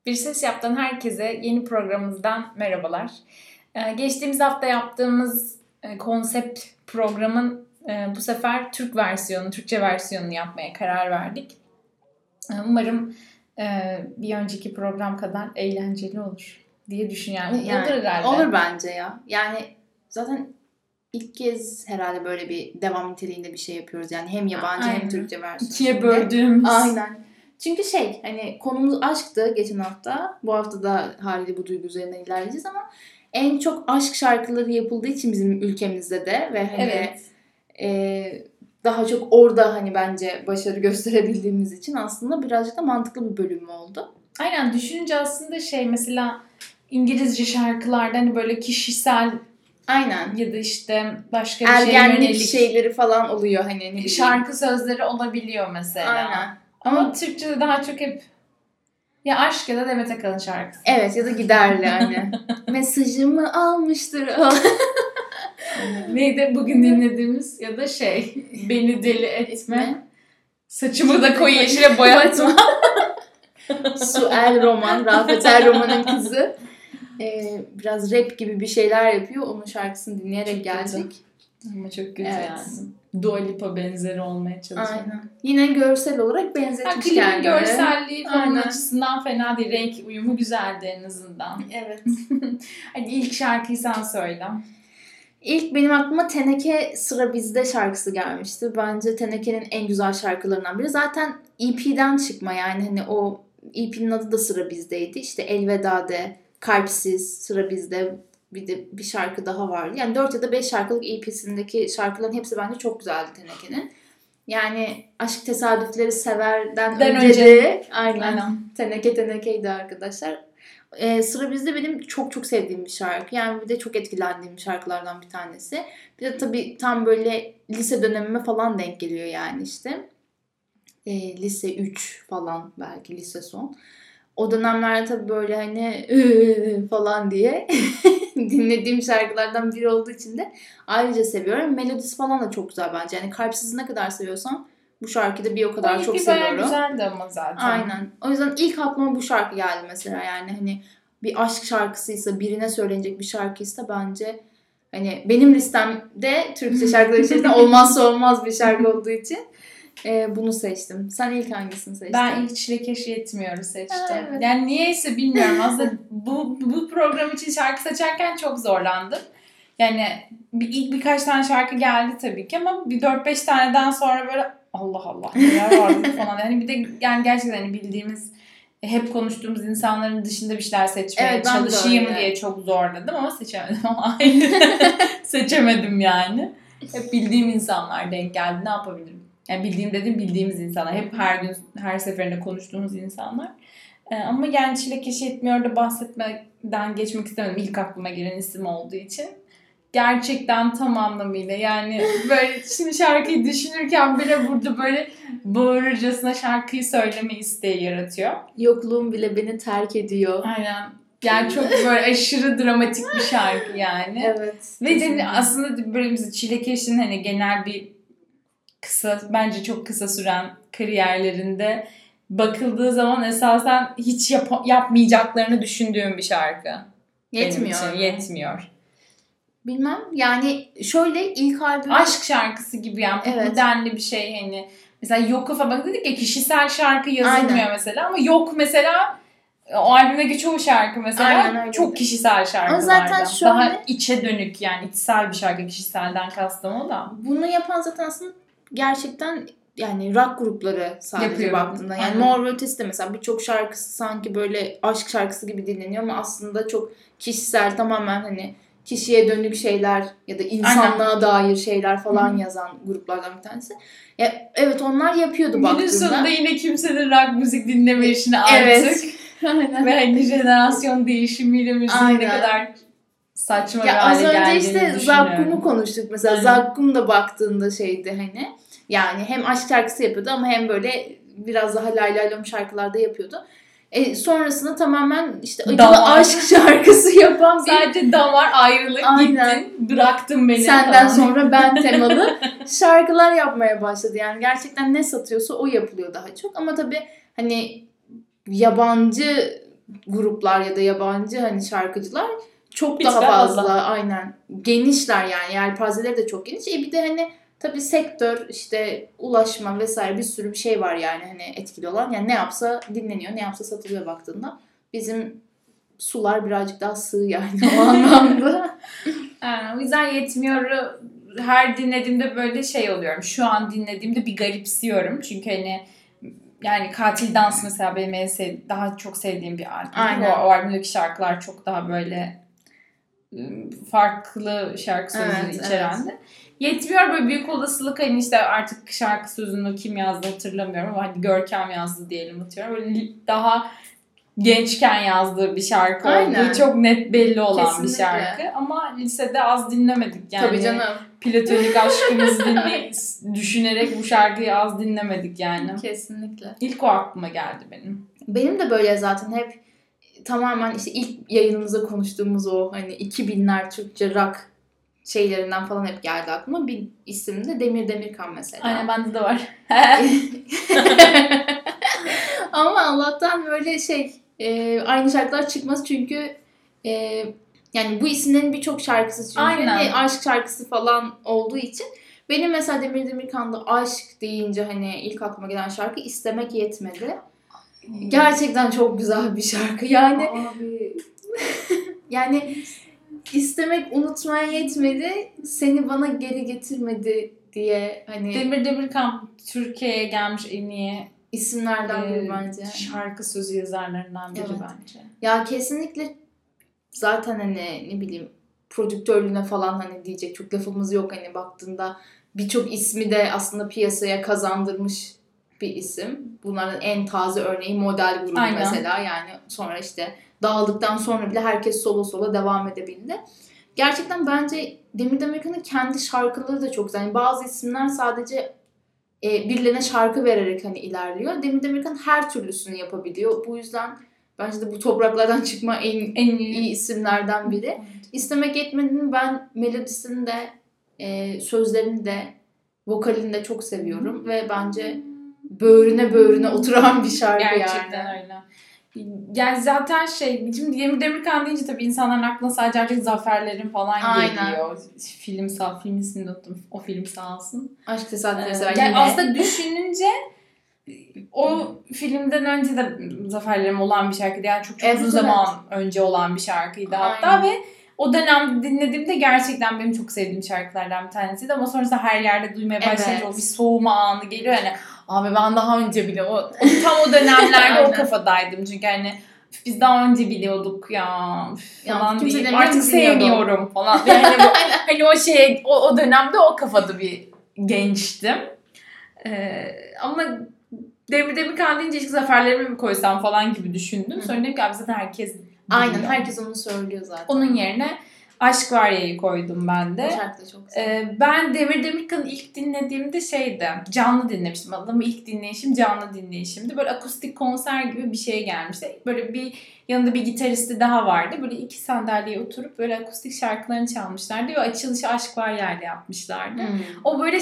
Bir Ses Yap'tan herkese yeni programımızdan merhabalar. Geçtiğimiz hafta yaptığımız konsept programın bu sefer Türkçe versiyonunu yapmaya karar verdik. Umarım bir önceki program kadar eğlenceli olur diye düşünüyorum. Yani, olur herhalde. Olur bence ya. Yani zaten ilk kez herhalde böyle bir devam niteliğinde bir şey yapıyoruz. Yani hem yabancı hem Türkçe versiyonu. İkiye böldüğümüz. Aynen. Çünkü hani konumuz aşktı geçen hafta. Bu hafta da haliyle bu duygu üzerinden ilerleyeceğiz ama en çok aşk şarkıları yapıldığı için bizim ülkemizde de ve daha çok orada bence başarı gösterebildiğimiz için aslında birazcık da mantıklı bir bölüm oldu. Aynen, düşününce aslında mesela İngilizce şarkılarda böyle kişisel ya da işte başka bir ergenlik şeyleri falan oluyor şarkı sözleri olabiliyor mesela. Aynen. Ama Türkçe'de daha çok hep ya aşk ya da Demet Akalın şarkısı. Evet, ya da giderli mesajımı almıştır o. Neydi bugün dinlediğimiz ya da beni deli etme. Saçımı da koyu yeşile boyatma. Suel Roman, Rafet El Roman'ın kızı. Biraz rap gibi bir şeyler yapıyor. Onun şarkısını dinleyerek geldik. Ama çok kötü yani. Dua Lipa benzeri olmaya çalışıyor. Aynen. Yine görsel olarak benzetmiş kendini. Klibin görselliği falan açısından fena değil. Renk uyumu güzeldi en azından. Evet. Hadi ilk şarkıyı sen söyle. İlk benim aklıma Teneke Sıra Bizde şarkısı gelmişti. Bence Teneke'nin en güzel şarkılarından biri. Zaten EP'den çıkma o EP'nin adı da Sıra Bizde'ydi. İşte Elveda De, Kalpsiz, Sıra Bizde, bir de bir şarkı daha vardı. Yani 4 ya da 5 şarkılık EP'sindeki şarkıların hepsi bence çok güzeldi Teneke'nin. Yani Aşk Tesadüfleri Sever'den önce de aynen. Teneke'ydi arkadaşlar. Sıra Bizde benim çok çok sevdiğim bir şarkı. Yani bir de çok etkilendiğim şarkılardan bir tanesi. Bir de tabii tam böyle lise dönemime falan denk geliyor yani işte. Lise 3 falan, belki lise son. O dönemlerde tabii böyle falan diye dinlediğim şarkılardan biri olduğu için de ayrıca seviyorum. Melodisi falan da çok güzel bence. Yani Kalpsiz'i ne kadar seviyorsam bu şarkıyı da bir o kadar çok seviyorum. Bayağı güzeldi ama zaten. Aynen. O yüzden ilk aklıma bu şarkı geldi mesela. Yani bir aşk şarkısıysa, birine söylenecek bir şarkıysa bence benim listemde Türkçe şarkılar içerisinde olmazsa olmaz bir şarkı olduğu için bunu seçtim. Sen ilk hangisini seçtin? Ben ilk Çilekeş Yetmiyor'u seçtim. Evet. Yani niyeyse bilmiyorum. Aslında bu program için şarkı seçerken çok zorlandım. Yani ilk birkaç tane şarkı geldi tabii ki ama bir 4-5 taneden sonra böyle Allah Allah neler var falan. Yani bir de gerçekten bildiğimiz, hep konuştuğumuz insanların dışında bir şeyler seçmeye çalışayım diye çok zorladım ama seçemedim. Seçemedim yani. Hep bildiğim insanlar denk geldi. Ne yapabilirim? Yani bildiğimiz insanlar. Hep her gün, her seferinde konuştuğumuz insanlar. Ama yani Çilekeş Yetmiyor'da bahsetmeden geçmek istemedim. İlk aklıma gelen isim olduğu için. Gerçekten tam anlamıyla yani böyle şimdi şarkıyı düşünürken bile burada böyle bağırırcasına şarkıyı söyleme isteği yaratıyor. Yokluğum bile beni terk ediyor. Aynen. Yani çok böyle aşırı dramatik bir şarkı yani. Evet. Ve aslında böyle bizim Çilekeş'in genel bir bence çok kısa süren kariyerlerinde bakıldığı zaman esasen hiç yapmayacaklarını düşündüğüm bir şarkı. Yetmiyor. Bilmem. Yani şöyle ilk albüm... Aşk şarkısı gibi yani. Evet. Bu denli bir şey Mesela Yok'u falan dedik ya, kişisel şarkı yazılmıyor mesela ama Yok mesela o albümdeki çoğu şarkı mesela çok kişisel şarkılardan. Zaten şöyle... Daha içe dönük yani içsel bir şarkı, kişiselden kastım o da. Bunu yapan zaten aslında gerçekten rock grupları sadece baktığında. Yani Mor ve Ötesi de mesela birçok şarkısı sanki böyle aşk şarkısı gibi dinleniyor ama aslında çok kişisel, tamamen kişiye dönük şeyler ya da insanlığa dair şeyler falan yazan gruplardan bir tanesi. Evet, onlar yapıyordu baktığında. Günün sonunda yine kimsenin rock müzik dinleme işini artık. Evet. Ve jenerasyon değişimiyle müziğin ne kadar saçma bir hale geldiğini düşünüyorum. Az önce Zakkum'u konuştuk mesela. Zakkum da baktığında yani hem aşk şarkısı yapıyordu ama hem böyle biraz daha laylaylom şarkılarda yapıyordu. Sonrasında tamamen acılı aşk şarkısı yapan sadece damar, ayrılık, gittin, bıraktın beni. Senden sonra ben temalı şarkılar yapmaya başladı. Yani gerçekten ne satıyorsa o yapılıyor daha çok. Ama tabii yabancı gruplar ya da yabancı hani şarkıcılar çok Hiç daha daha fazla. fazla. Aynen. Genişler yani. Yelpazeleri de çok geniş. Bir de hani tabii sektör işte ulaşma vesaire bir sürü bir şey var yani hani etkili olan. Yani ne yapsa dinleniyor, ne yapsa satılıyor baktığında. Bizim sular birazcık daha sığ yani o anlamda. O yüzden yetmiyor. Her dinlediğimde böyle şey oluyorum. Şu an dinlediğimde bir garipsiyorum. Çünkü hani yani Katil Dans mesela benim daha çok sevdiğim bir albüm. Aynen. O albümdeki şarkılar çok daha böyle farklı şarkı sözleri içerendi. Yetmiyor böyle büyük olasılık hani işte artık şarkı sözünü kim yazdı hatırlamıyorum ama hani Görkem yazdı diyelim atıyorum. Böyle daha gençken yazdığı bir şarkı olduğu çok net belli olan Kesinlikle. bir şarkı. Ama lisede az dinlemedik yani. Tabii canım. Platonik aşkımızı düşünerek bu şarkıyı az dinlemedik yani. Kesinlikle. İlk o aklıma geldi benim. Benim de böyle zaten hep tamamen işte ilk yayınımızda konuştuğumuz o hani 2000'ler Türkçe rock şeylerinden falan hep geldi aklıma. Bir isim de Demir Demirkan mesela. Aynen bende de var. Ama Allah'tan böyle aynı şarkılar çıkmaz çünkü yani bu isimlerin birçok şarkısı çünkü hani aşk şarkısı falan olduğu için benim mesela Demir Demirkan'da aşk deyince hani ilk aklıma gelen şarkı İstemek Yetmedi. Gerçekten çok güzel bir şarkı. Yani yani istemek unutmaya yetmedi, seni bana geri getirmedi diye hani Demir Demirkan Türkiye'ye gelmiş en iyi isimlerden biri bence. Şarkı sözü yazarlarından biri bence. Ya kesinlikle zaten hani ne bileyim prodüktörlüğüne falan hani diyecek çok lafımız yok hani baktığında birçok ismi de aslında piyasaya kazandırmış bir isim. Bunların en taze örneği Model Grubu mesela yani sonra işte dağıldıktan sonra bile herkes solo devam edebildi. Gerçekten bence Demir Demirkan'ın kendi şarkıları da çok güzel. Yani bazı isimler sadece birilerine şarkı vererek hani ilerliyor. Demir Demirkan her türlüsünü yapabiliyor. Bu yüzden bence de bu topraklardan çıkma en iyi isimlerden biri. İstemek Yetmedi'nin ben melodisini de sözlerini de vokalini de çok seviyorum ve bence böğrüne oturan bir şarkı gerçekten yani. Öyle. Yani zaten şimdi Demir Demirkan deyince tabii insanların aklına sadece artık zaferlerin falan geliyor. Film ismini unuttum. O film sağ olsun. Aşk Tesadüf mesela yani yine. aslında düşününce o filmden önce de zaferlerim olan bir şarkıydı. Yani çok uzun zaman önce olan bir şarkıydı hatta ve o dönem dinlediğimde gerçekten benim çok sevdiğim şarkılardan bir tanesiydi ama sonrasında her yerde duymaya başlayınca o bir soğuma anı geliyor yani. Abi ben daha önce bile tam o dönemlerde o kafadaydım çünkü hani biz daha önce biliyorduk ya falan deyip artık sevmiyorum falan. Yani hani o dönemde o kafada bir gençtim. Ama Demir Demirkan deyince ilk zaferlerimi mi koysam falan gibi düşündüm. Sonra dedim ki abi zaten herkes biliyor. Aynen herkes onu söylüyor zaten. Onun yerine Aşk Var Ya'yı koydum ben de. O şarkı da çok güzel. Ben Demir Demirkan'ı ilk dinlediğimde canlı dinlemiştim. Adamı ilk dinleyişim canlı dinleyişimdi. Böyle akustik konser gibi bir şey gelmişti. Böyle yanında bir gitaristi daha vardı. Böyle 2 sandalyeye oturup böyle akustik şarkılarını çalmışlardı. Ve açılışı Aşk Var Ya'yla yapmışlardı. O böyle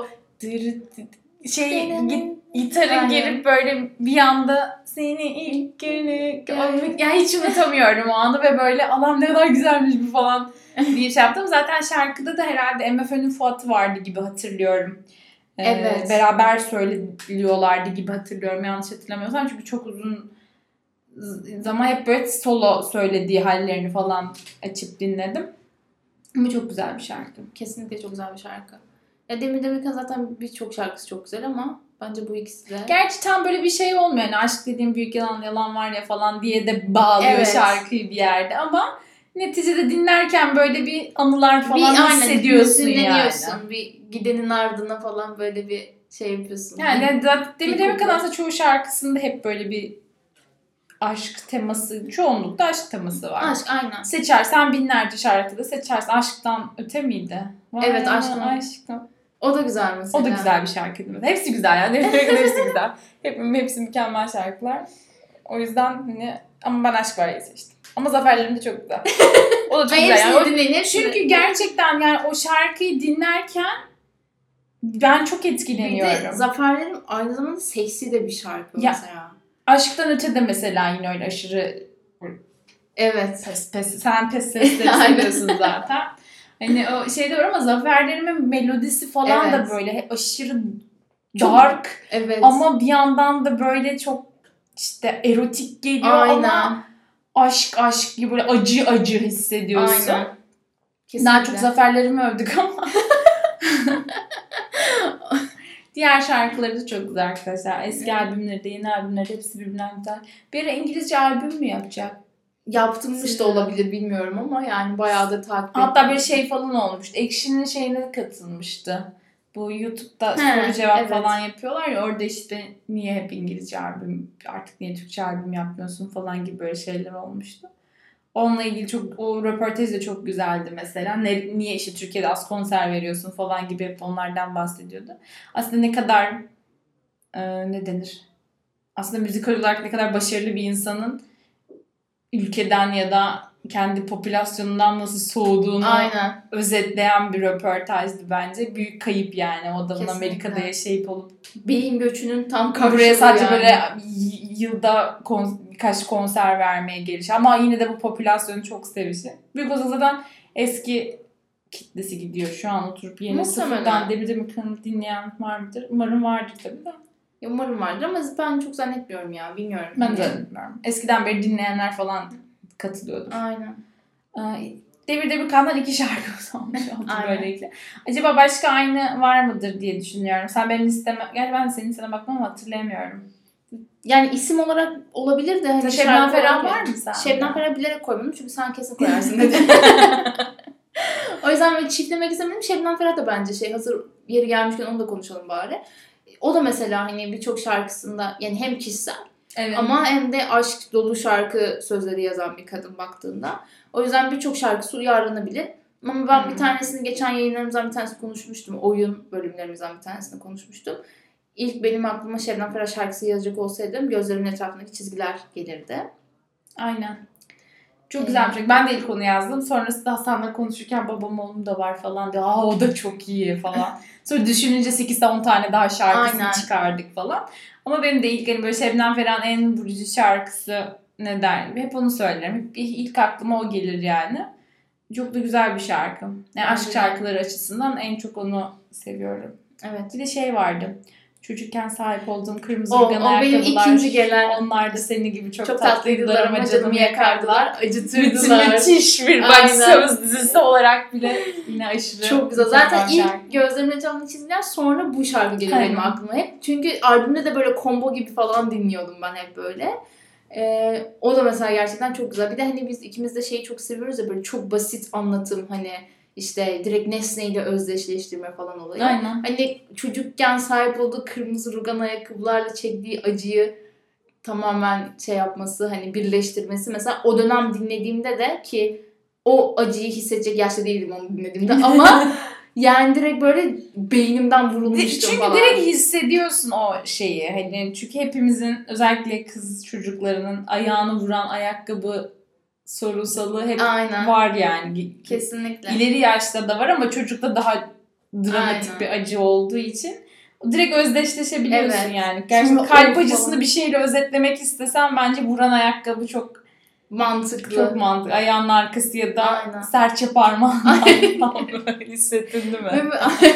gitarın gelip böyle bir anda seni ilk günü yani hiç unutamıyorum o anı ve böyle Allah'ım ne kadar güzelmiş bu falan diye yaptım. Zaten şarkıda da herhalde MFÖ'nün Fuat'ı vardı gibi hatırlıyorum. Evet. Beraber söylüyorlardı gibi hatırlıyorum yanlış hatırlamıyorsam çünkü çok uzun zaman hep böyle solo söylediği hallerini falan açıp dinledim. Ama çok güzel bir şarkı. Kesinlikle çok güzel bir şarkı. Ya Demir Demirkan zaten birçok şarkısı çok güzel ama bence bu ikisi de. Gerçi tam böyle bir şey olmuyor. Yani aşk dediğim büyük yalan var ya falan diye de bağlıyor şarkıyı bir yerde ama neticede dinlerken böyle bir anılar falan hissediyorsun yani. Bir gidenin ardına falan böyle bir şey yapıyorsun. Yani Demir Demirkan aslında çoğu şarkısında hep böyle bir aşk teması, çoğunlukta aşk teması var. Aşk aynen. Seçersen binlerce şarkıda seçersin. Aşktan öte miydi? Evet aşktan. O da güzel mesela. O da güzel bir şarkıydı. Hepsi güzel yani. Hepsi güzel. Hepsi mükemmel şarkılar. O yüzden hani ama ben Aşk Var Ya'yı seçtim. Ama zaferlerim de çok güzel. O da çok güzel yani. Çünkü gerçekten yani o şarkıyı dinlerken ben çok etkileniyorum. Bir de Zaferlerim aynı zamanda seksi de bir şarkı mesela. Aşktan Öte de mesela yine öyle aşırı Evet. Sen pes sesleri seviyorsun zaten. Hani o şeyde var ama Zaferlerimin melodisi falan da böyle aşırı dark. Evet. Ama bir yandan da böyle çok işte erotik geliyor. Aynen. Ama aşk gibi böyle acı hissediyorsun. Aynen. Kesinlikle. Daha çok zaferlerimi övdük ama. Diğer şarkıları da çok güzel arkadaşlar. Eski albümleri de yeni albümleri de hepsi birbirinden güzel. Bir ara İngilizce albüm mü yapacak? Yaptırmış da olabilir bilmiyorum ama yani bayağı da takip ettim. Hatta bir şey falan olmuştu. Action'ın şeyine katılmıştı. Bu YouTube'da soru cevap falan yapıyorlar ya, orada işte niye hep İngilizce albüm, artık niye Türkçe albüm yapmıyorsun falan gibi böyle şeyler olmuştu. Onunla ilgili o röportaj da çok güzeldi mesela. Niye işte Türkiye'de az konser veriyorsun falan gibi hep onlardan bahsediyordu. Aslında ne kadar ne denir? Aslında müzikal olarak ne kadar başarılı bir insanın ülkeden ya da kendi popülasyonundan nasıl soğuduğunu özetleyen bir röportajdı bence. Büyük kayıp yani o adamın Amerika'da yaşayıp olup beyin göçünün tam karşılığı buraya sadece böyle yılda birkaç konser vermeye geliş. Ama yine de bu popülasyonu çok sevişi. Büyük olsa zaten eski kitlesi gidiyor. Şu an oturup yeni sıfırdan Demir kanalı dinleyen var mıdır? Umarım vardır tabii de. Umarım vardır ama ben çok zannetmiyorum ya. Bilmiyorum. Ben de zannetmiyorum. Eskiden beri dinleyenler falan katılıyordur. Aynen. Demir Kan'dan 2 şarkı olmuş oldu böylelikle. Acaba başka aynı var mıdır diye düşünüyorum. Sen benim listeme... Gerçi ben senin listene bakmam ama hatırlayamıyorum. Yani isim olarak olabilir de. Hani Şebnem Ferah var mı sen? Şebnem Ferah bilerek koymadım çünkü sen kesin koyarsın dedi. O yüzden böyle çiftlemek istemedim. Şebnem Ferah da bence hazır yeri gelmişken onu da konuşalım bari. O da mesela hani birçok şarkısında yani hem kişisel ama hem de aşk dolu şarkı sözleri yazan bir kadın baktığında. O yüzden birçok şarkısı uyarlanabilir. Ama ben bir tanesini geçen yayınlarımızdan bir tanesini konuşmuştum. Oyun bölümlerimizden bir tanesini konuşmuştum. İlk benim aklıma Şebnem Ferah şarkısı yazacak olsaydım gözlerimin etrafındaki çizgiler gelirdi. Aynen. Çok güzel bir şey. Ben de ilk onu yazdım. Sonrasında Hasan'la konuşurken babam oğlum da var falan diyor. O da çok iyi falan. Sonra düşününce 8-10 tane daha şarkısını çıkardık falan. Ama benim de ilk hani böyle Şebnem Ferah'ın en vurucu şarkısı ne der? Hep onu söylerim. Hep ilk aklıma o gelir yani. Çok da güzel bir şarkı. Yani aşk şarkıları açısından en çok onu seviyorum. Evet. Bir de şey vardı. Çocukken sahip olduğum kırmızı rugan ayakkabılar. O benim ikinci gelen. Onlar da senin gibi çok tatlıydılar ama canımı yakardılar. Acıtırdılar. Müthiş bir söz dizisi olarak bile yine aşırı. Çok güzel. Zaten ilk gözlerimin etrafındaki çizgiler, sonra bu şarkı geliyor benim aklıma hep. Çünkü albümde de böyle combo gibi falan dinliyordum ben hep böyle. O da mesela gerçekten çok güzel. Bir de hani biz ikimiz de şeyi çok seviyoruz ya, böyle çok basit anlatım, hani İşte direkt nesneyle özdeşleştirme falan oluyor. Aynen. Hani çocukken sahip olduğu kırmızı rugan ayakkabılarla çektiği acıyı tamamen yapması, hani birleştirmesi. Mesela o dönem dinlediğimde de, ki o acıyı hissedecek yaşta değildim onu dinlediğimde ama yani direkt böyle beynimden vurulmuştum çünkü falan. Çünkü direkt hissediyorsun o şeyi. Hani çünkü hepimizin, özellikle kız çocuklarının ayağını vuran ayakkabı sorunsalı hep var yani. Kesinlikle. İleri yaşta da var ama çocukta daha dramatik bir acı olduğu için direkt özdeşleşebiliyorsun yani. Gerçekten kalp acısını bir şeyle özetlemek istesen bence vuran ayakkabı çok mantıklı. Çok mantıklı. Ayağının arkası ya da serçe parmağından hissettin değil mi?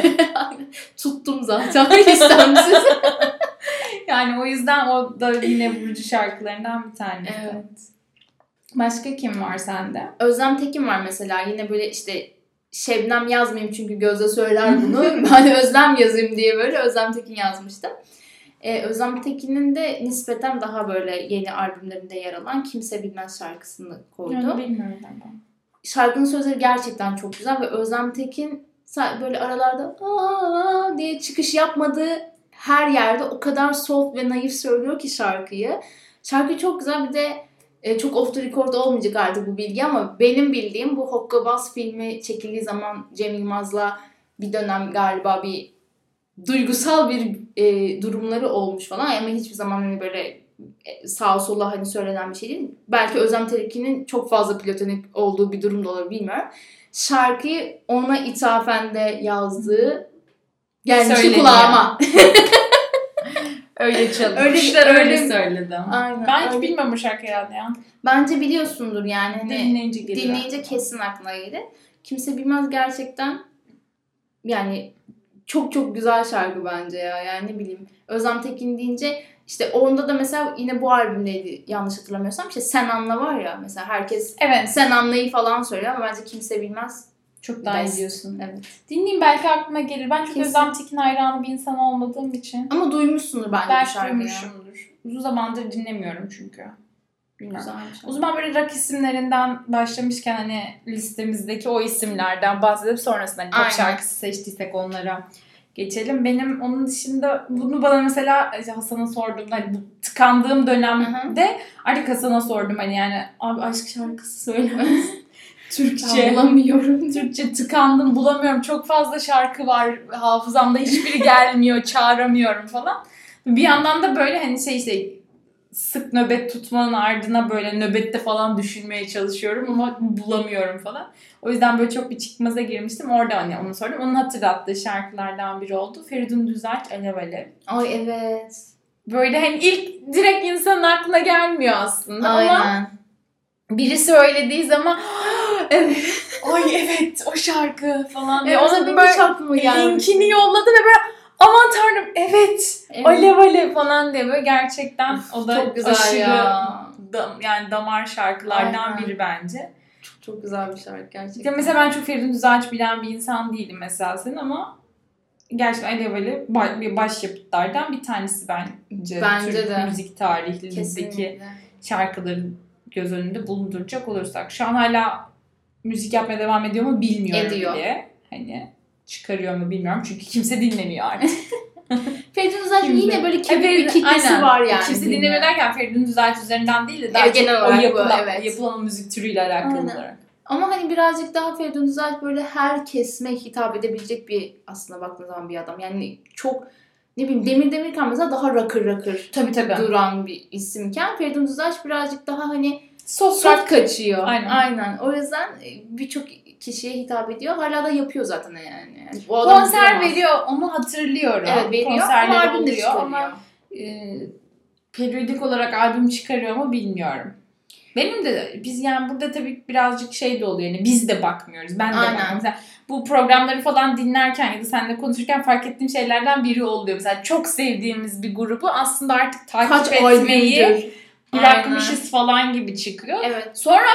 Tuttum zaten istemsiz. Yani o yüzden o da yine vurucu şarkılarından bir tanesi. Evet. Başka kim var sende? Özlem Tekin var mesela. Yine böyle işte Şebnem yazmayayım çünkü Gözde söyler bunu. Ben Özlem yazayım diye böyle Özlem Tekin yazmıştım. Özlem Tekin'in de nispeten daha böyle yeni albümlerinde yer alan Kimse Bilmez şarkısını koydu. Yani bilmiyorum ben. Şarkının sözleri gerçekten çok güzel ve Özlem Tekin böyle aralarda aa diye çıkış yapmadığı her yerde o kadar soft ve naif söylüyor ki şarkıyı. Şarkı çok güzel. Bir de çok off the record olmayacak artık bu bilgi ama benim bildiğim bu Hokkabaz filmi çekildiği zaman Cem Yılmaz'la bir dönem galiba bir duygusal bir durumları olmuş falan ama hiçbir zaman hani böyle sağa sola hani söylenen bir şey değil. Belki Özlem Tekin'in çok fazla platonik olduğu bir durum da olabilir, bilmiyorum. Şarkıyı ona ithafen de yazdığı gelmişti kulağıma. Öyle çalıyor. Öyle- Kuşlar öyle öyle- söyledi. Aynen, Ben hiç öyle. bilmiyorum bu şarkıyı herhalde ya. Bence biliyorsundur yani. Hani Dinleyince gelir. dinleyince kesin aklına gelir. Kimse bilmez gerçekten. Yani çok çok güzel şarkı bence ya. Yani ne bileyim. Özlem Tekin deyince işte onda da mesela yine bu albümdeydi yanlış hatırlamıyorsam. İşte Sen Anla var ya mesela herkes Evet. Sen Anla'yı falan söylüyor ama bence kimse bilmez. Çok daha iyi Best. diyorsun. Evet. Dinleyeyim belki aklıma gelir. Ben çok Kesin. Özlem Tekin hayranı bir insan olmadığım için. Ama duymuşsundur bence bu Belki şarkıyı. duymuşumdur. Uzun zamandır dinlemiyorum çünkü. Bilmiyorum. Güzelmiş. O zaman böyle rock isimlerinden başlamışken hani listemizdeki o isimlerden bahsedip sonrasında hani pop Aynen. şarkısı seçtiysek onlara geçelim. Benim onun dışında bunu bana mesela Hasan'a sorduğumda hani bu tıkandığım dönemde artık Hasan'a sordum hani yani abi aşk şarkısı söyler misin? Türkçe. Bulamıyorum. Türkçe tıkandım bulamıyorum. Çok fazla şarkı var hafızamda hiçbiri gelmiyor çağıramıyorum falan. Bir yandan da böyle hani işte sık nöbet tutmanın ardına böyle nöbette falan düşünmeye çalışıyorum ama bulamıyorum falan. O yüzden böyle çok bir çıkmaza girmiştim. Orada hani onu sordum. Onun hatırlattığı şarkılardan biri oldu. Feridun Düzağaç Alev Alev. Ay evet. Böyle hani ilk direkt insanın aklına gelmiyor aslında ama Aynen. biri söylediği zaman evet. Ay evet o şarkı falan diye. Evet, Ona bir benim böyle hiç aklıma gelmemişti. linkini yolladı ve böyle aman tanrım evet. Evet. Alev alev falan diye böyle gerçekten o da Çok güzel aşırı ya. yani damar şarkılardan Aynen. biri bence. Çok güzel bir şarkı Ya gerçekten. mesela ben çok Feridun Düzağaç bilen bir insan değilim mesela senin ama gerçekten Alev Alev başyapıtlardan bir tanesi bence. Bence Türk de. müzik tarihimizdeki Kesinlikle. şarkıları göz önünde bulunduracak olursak. Şu an hala müzik yapmaya devam ediyor mu bilmiyorum Ediyor. bile. Hani çıkarıyor mu bilmiyorum çünkü kimse dinlemiyor artık. Feridun Düzağaç'ın Kimse. yine böyle kemik bir Evet, kitlesi aynen. var yani. Kimse dinleyen. dinlemiyor derken Feridun Düzağaç üzerinden değil de daha Evet, çok genel o olarak bu, yapılan, evet. yapılan müzik türüyle alakalı Aynen. olarak. Ama hani birazcık daha Feridun Düzağaç böyle her kesime hitap edebilecek bir aslında baktığın zaman bir adam. Yani çok ne bileyim Demir Demirkan mesela daha rakır Tabii. duran bir isimken Feridun Düzağaç birazcık daha hani Soft soft kaçıyor. Aynen. O yüzden birçok kişiye hitap ediyor. Hala da yapıyor zaten yani. Yani bu adam konser duramaz. veriyor onu hatırlıyorum. Evet veriyor Konserleri ama albüm de oluyor çıkarıyor. ama periyodik olarak albüm çıkarıyor mu bilmiyorum. Benim de biz yani burada tabii birazcık şey de oluyor yani biz de bakmıyoruz. Ben de Aynen. bakmıyorum. Mesela bu programları falan dinlerken ya da seninle konuşurken fark ettiğim şeylerden biri oluyor. Mesela çok sevdiğimiz bir grubu aslında artık takip Kaç etmeyi albümdür. bırakmışız falan gibi çıkıyor. Evet. Sonra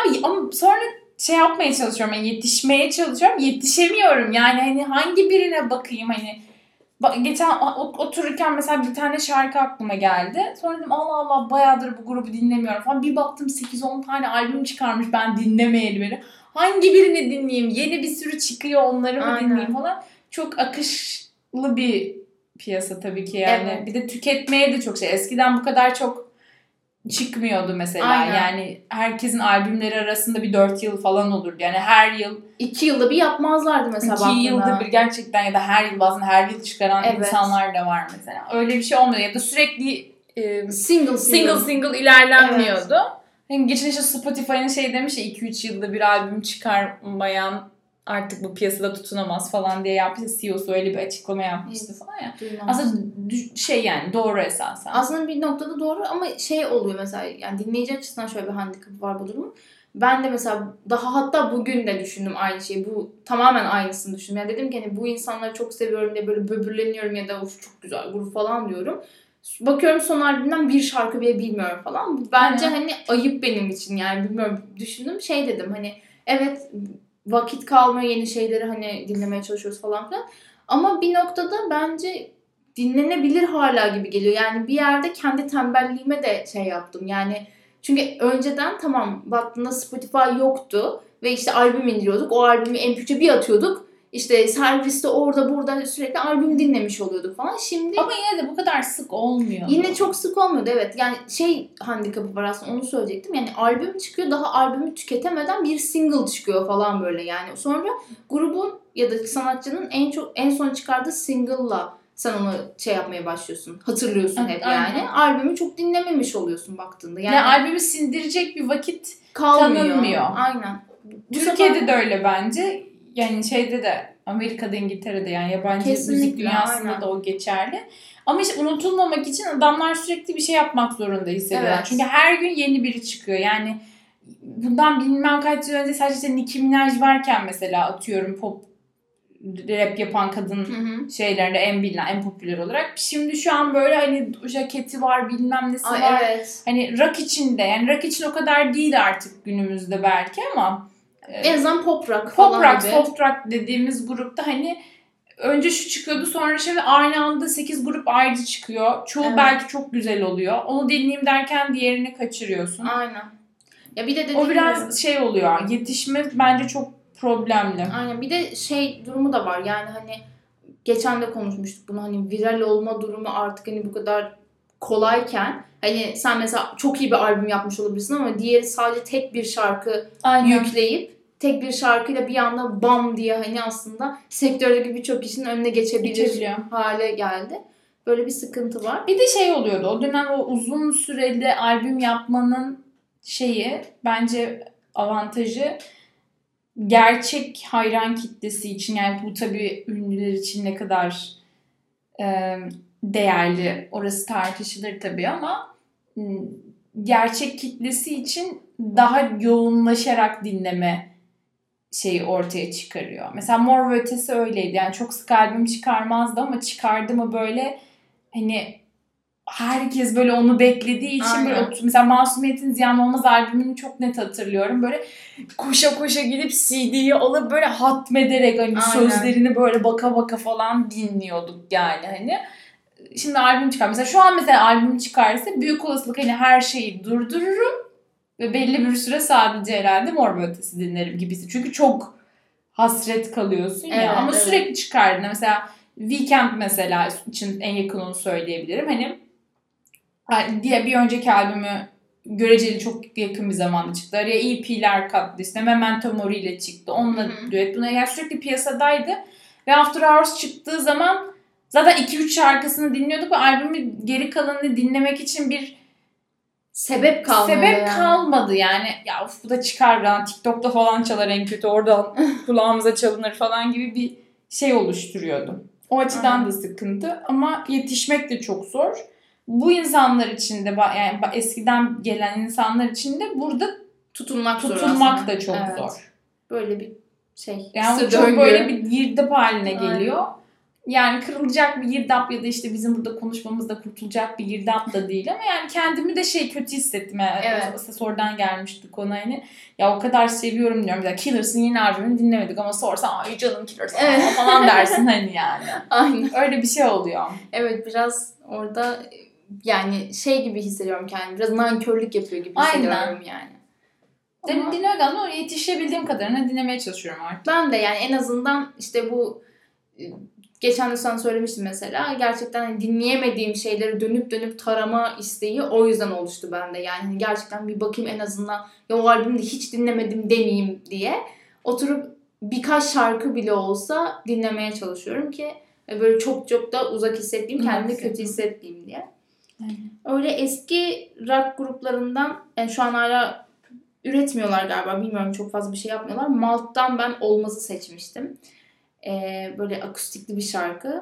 şey yapmaya çalışıyorum. Yani yetişmeye çalışıyorum. Yetişemiyorum. Yani hani hangi birine bakayım hani geçen otururken mesela bir tane şarkı aklıma geldi. Sonra dedim Allah Allah bayağıdır bu grubu dinlemiyorum falan. Bir baktım 8-10 tane albüm çıkarmış ben dinlemeyeli beri. Hangi birini dinleyeyim? Yeni bir sürü çıkıyor onları mı Aynen. dinleyeyim falan. Çok akışlı bir piyasa tabii ki yani. Evet. Bir de tüketmeye de çok şey. Eskiden bu kadar çok çıkmıyordu mesela. Aynen. Yani herkesin albümleri arasında bir 4 yıl falan olurdu. Yani her yıl 2 yılda bir yapmazlardı mesela 2 baktığında. yılda bir gerçekten ya da her yıl bazen her yıl çıkaran Evet. insanlar da var mesela. Öyle bir şey olmuyor ya da sürekli Single. ilerlenmiyordu. Hem geçen işte Spotify'ın şey demiş ya 2-3 yılda bir albüm çıkarmayan artık bu piyasada tutunamaz falan diye yapmıştı. CEO'su öyle bir açıklama yapmıştı falan ya. Aslında şey yani doğru esasen. Aslında bir noktada doğru ama şey oluyor mesela yani dinleyici açısından şöyle bir handikapı var bu durumun. Ben de mesela daha hatta bugün de düşündüm aynı şeyi. Bu tamamen aynısını düşündüm. Yani dedim ki hani bu insanları çok seviyorum diye böyle böbürleniyorum ya da of çok güzel grup falan diyorum. Bakıyorum son albümden bir şarkı bile bilmiyorum falan. Bence hani ayıp benim için yani bilmiyorum düşündüm şey dedim hani evet vakit kalmıyor yeni şeyleri hani dinlemeye çalışıyoruz falan filan. Ama bir noktada bence dinlenebilir hala gibi geliyor. Yani bir yerde kendi tembelliğime de şey yaptım. Yani çünkü önceden tamam baktığında Spotify yoktu ve işte albüm indiriyorduk. O albümü MP3'e bir atıyorduk. İşte serviste orada burada sürekli albüm dinlemiş oluyorduk falan. Şimdi ama yine de bu kadar sık olmuyor. yine çok sık olmuyordu evet. Yani şey handikapı var aslında onu söyleyecektim. Yani albüm çıkıyor daha albümü tüketemeden bir single çıkıyor falan böyle yani. Sonra grubun ya da sanatçının en son çıkardığı single'la sen onu şey yapmaya başlıyorsun. Hatırlıyorsun hep Aynen. yani. Albümü çok dinlememiş oluyorsun baktığında. Yani albümü sindirecek bir vakit kalmıyor. tanınmıyor. Aynen. Türkiye'de de öyle bence. yani şeyde de Amerika'da, İngiltere'de yani yabancı Kesinlikle, müzik dünyasında aynen. da o geçerli. Ama işte unutulmamak için adamlar sürekli bir şey yapmak zorunda hissediyorlar. Evet. Çünkü her gün yeni biri çıkıyor. Yani bundan bilmem kaç yıl önce sadece işte Nicki Minaj varken mesela atıyorum pop rap yapan kadın şeylerinde en bilinen, en popüler olarak. Şimdi şu an böyle hani jaketi var, bilmem nesi var. Evet. Hani rock içinde. Yani rock için o kadar değil artık günümüzde belki ama en azından pop rock pop falan rock, gibi. soft rock dediğimiz grupta hani önce şu çıkıyordu, sonra şimdi aynı anda 8 grup ayrıca çıkıyor. Çoğu belki çok güzel oluyor. Onu dinleyeyim derken diğerini kaçırıyorsun. Aynen. Ya bir de dediğim o biraz şey oluyor. Yetişme bence çok problemli. Aynen. Bir de şey durumu da var. Yani hani geçen de konuşmuştuk bunu, hani viral olma durumu artık hani bu kadar kolayken, hani sen mesela çok iyi bir albüm yapmış olabilirsin ama diğeri sadece tek bir şarkı yükleyip tek bir şarkıyla bir anda bam diye hani aslında sektördeki birçok kişinin önüne geçebilir hale geldi. Böyle bir sıkıntı var. Bir de şey oluyordu. O dönem o uzun süreli albüm yapmanın şeyi bence avantajı gerçek hayran kitlesi için, yani bu tabii ünlüler için ne kadar değerli orası tartışılır tabii ama gerçek kitlesi için daha yoğunlaşarak dinleme şeyi ortaya çıkarıyor. Mesela Mor ve Ötesi öyleydi. Yani çok sık albüm çıkarmazdı ama çıkardı mı böyle hani herkes böyle onu beklediği için böyle mesela Masumiyet'in Ziyan Olmaz albümünü çok net hatırlıyorum. Böyle koşa koşa gidip CD'yi alıp böyle hatmederek hani sözlerini böyle baka baka falan dinliyorduk yani hani. Şimdi albüm çıkar. Mesela şu an mesela albüm çıkarsa büyük olasılık hani her şeyi durdururum ve belli bir süre sadece herhalde Mor ve Ötesi dinlerim gibisi. Çünkü çok hasret kalıyorsun ya. Ama sürekli çıkardığında mesela Weekend mesela için en yakın onu söyleyebilirim. Hani diye bir önceki albümü göreceli çok yakın bir zamanda çıktı. Araya EP'ler kattı. İşte Memento Mori ile çıktı. Onunla düet. Buna yani sürekli piyasadaydı. Ve After Hours çıktığı zaman zaten 2-3 şarkısını dinliyorduk ve albümün geri kalanını dinlemek için bir sebep kalmadı yani. Ya of, bu da çıkar lan, TikTok'ta falan çalar en kötü, oradan kulağımıza çalınır falan gibi bir şey oluşturuyordu. O açıdan da sıkıntı ama yetişmek de çok zor. Bu insanlar için de yani eskiden gelen insanlar için de burada tutunmak da çok zor. Böyle bir şey. Yani çok böyle bir girdap haline geliyor. Yani kırılacak bir girdap ya da işte bizim burada konuşmamızda kurtulacak bir girdap da değil ama yani kendimi de kötü hissettim. Oradan gelmişti konu hani. Ya o kadar seviyorum diyorum. Mesela Killers'ın yeni albümünü dinlemedik ama sorsan ay canım Killers falan dersin hani yani. Aynen. Öyle bir şey oluyor. Evet, biraz orada yani şey gibi hissediyorum kendimi. Biraz nankörlük yapıyor gibi hissediyorum yani. Dinliyorum ama yetişebildiğim kadarını dinlemeye çalışıyorum artık. Ben de yani en azından işte bu geçen de sana söylemiştim mesela. Gerçekten hani dinleyemediğim şeyleri dönüp dönüp tarama isteği o yüzden oluştu bende. Yani gerçekten bir bakayım en azından, ya o albümü de hiç dinlemedim demeyeyim diye. Oturup birkaç şarkı bile olsa dinlemeye çalışıyorum ki böyle çok çok da uzak hissettiğim, kendimi kötü hissettiğim diye. Öyle eski rock gruplarından yani şu an hala üretmiyorlar galiba. Bilmiyorum, çok fazla bir şey yapmıyorlar. Malt'tan ben Olmaz'ı seçmiştim. Böyle akustikli bir şarkı.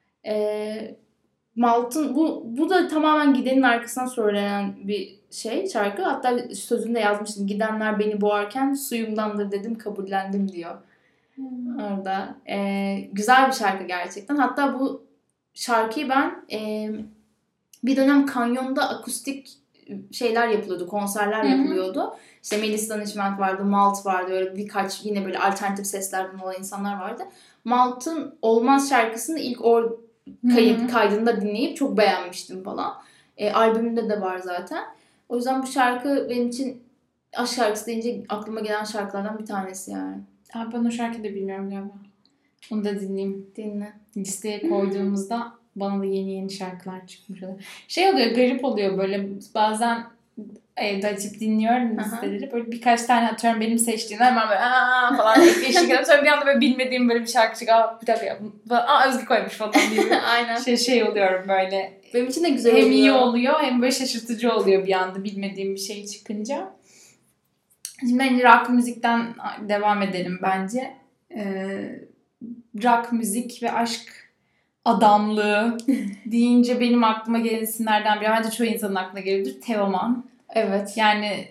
Malt'ın bu da tamamen gidenin arkasından söylenen bir şarkı. Hatta sözünde yazmıştım. Gidenler beni boğarken suyumdandır dedim, kabullendim diyor. Orada. Güzel bir şarkı gerçekten. Hatta bu şarkıyı ben bir dönem Kanyon'da akustik şeyler yapılıyordu. Konserler yapılıyordu. İşte Melis Danışment vardı, Malt vardı. Öyle birkaç yine böyle alternatif seslerden olan insanlar vardı. Malt'ın Olmaz şarkısını ilk kaydında dinleyip çok beğenmiştim falan. Albümünde de var zaten. O yüzden bu şarkı benim için aşk şarkısı deyince aklıma gelen şarkılardan bir tanesi yani. Abi ben o şarkıyı da bilmiyorum galiba. Onu da dinleyeyim. Dinle. Listeye koyduğumuzda bana da yeni şarkılar çıkmış oluyor. Oluyor, garip oluyor böyle bazen evde açıp dinliyorum listeleri. Böyle birkaç tane atıyorum benim seçtiğim, hemen böyle falan eşlik ediyorum. Sonra bir anda böyle bilmediğim böyle bir şarkı çıkıyor. Bir dakika Özgü koymuş falan diye. Aynen. Oluyorum böyle. Benim için de güzel oluyor. Hem iyi oluyor hem böyle şaşırtıcı oluyor bir anda bilmediğim bir şey çıkınca. Şimdi rock müzikten devam edelim bence. rock müzik ve aşk adamlığı deyince benim aklıma gelen isimlerden biri. Bence çoğu insanın aklına gelebilir. Teoman. Evet. Yani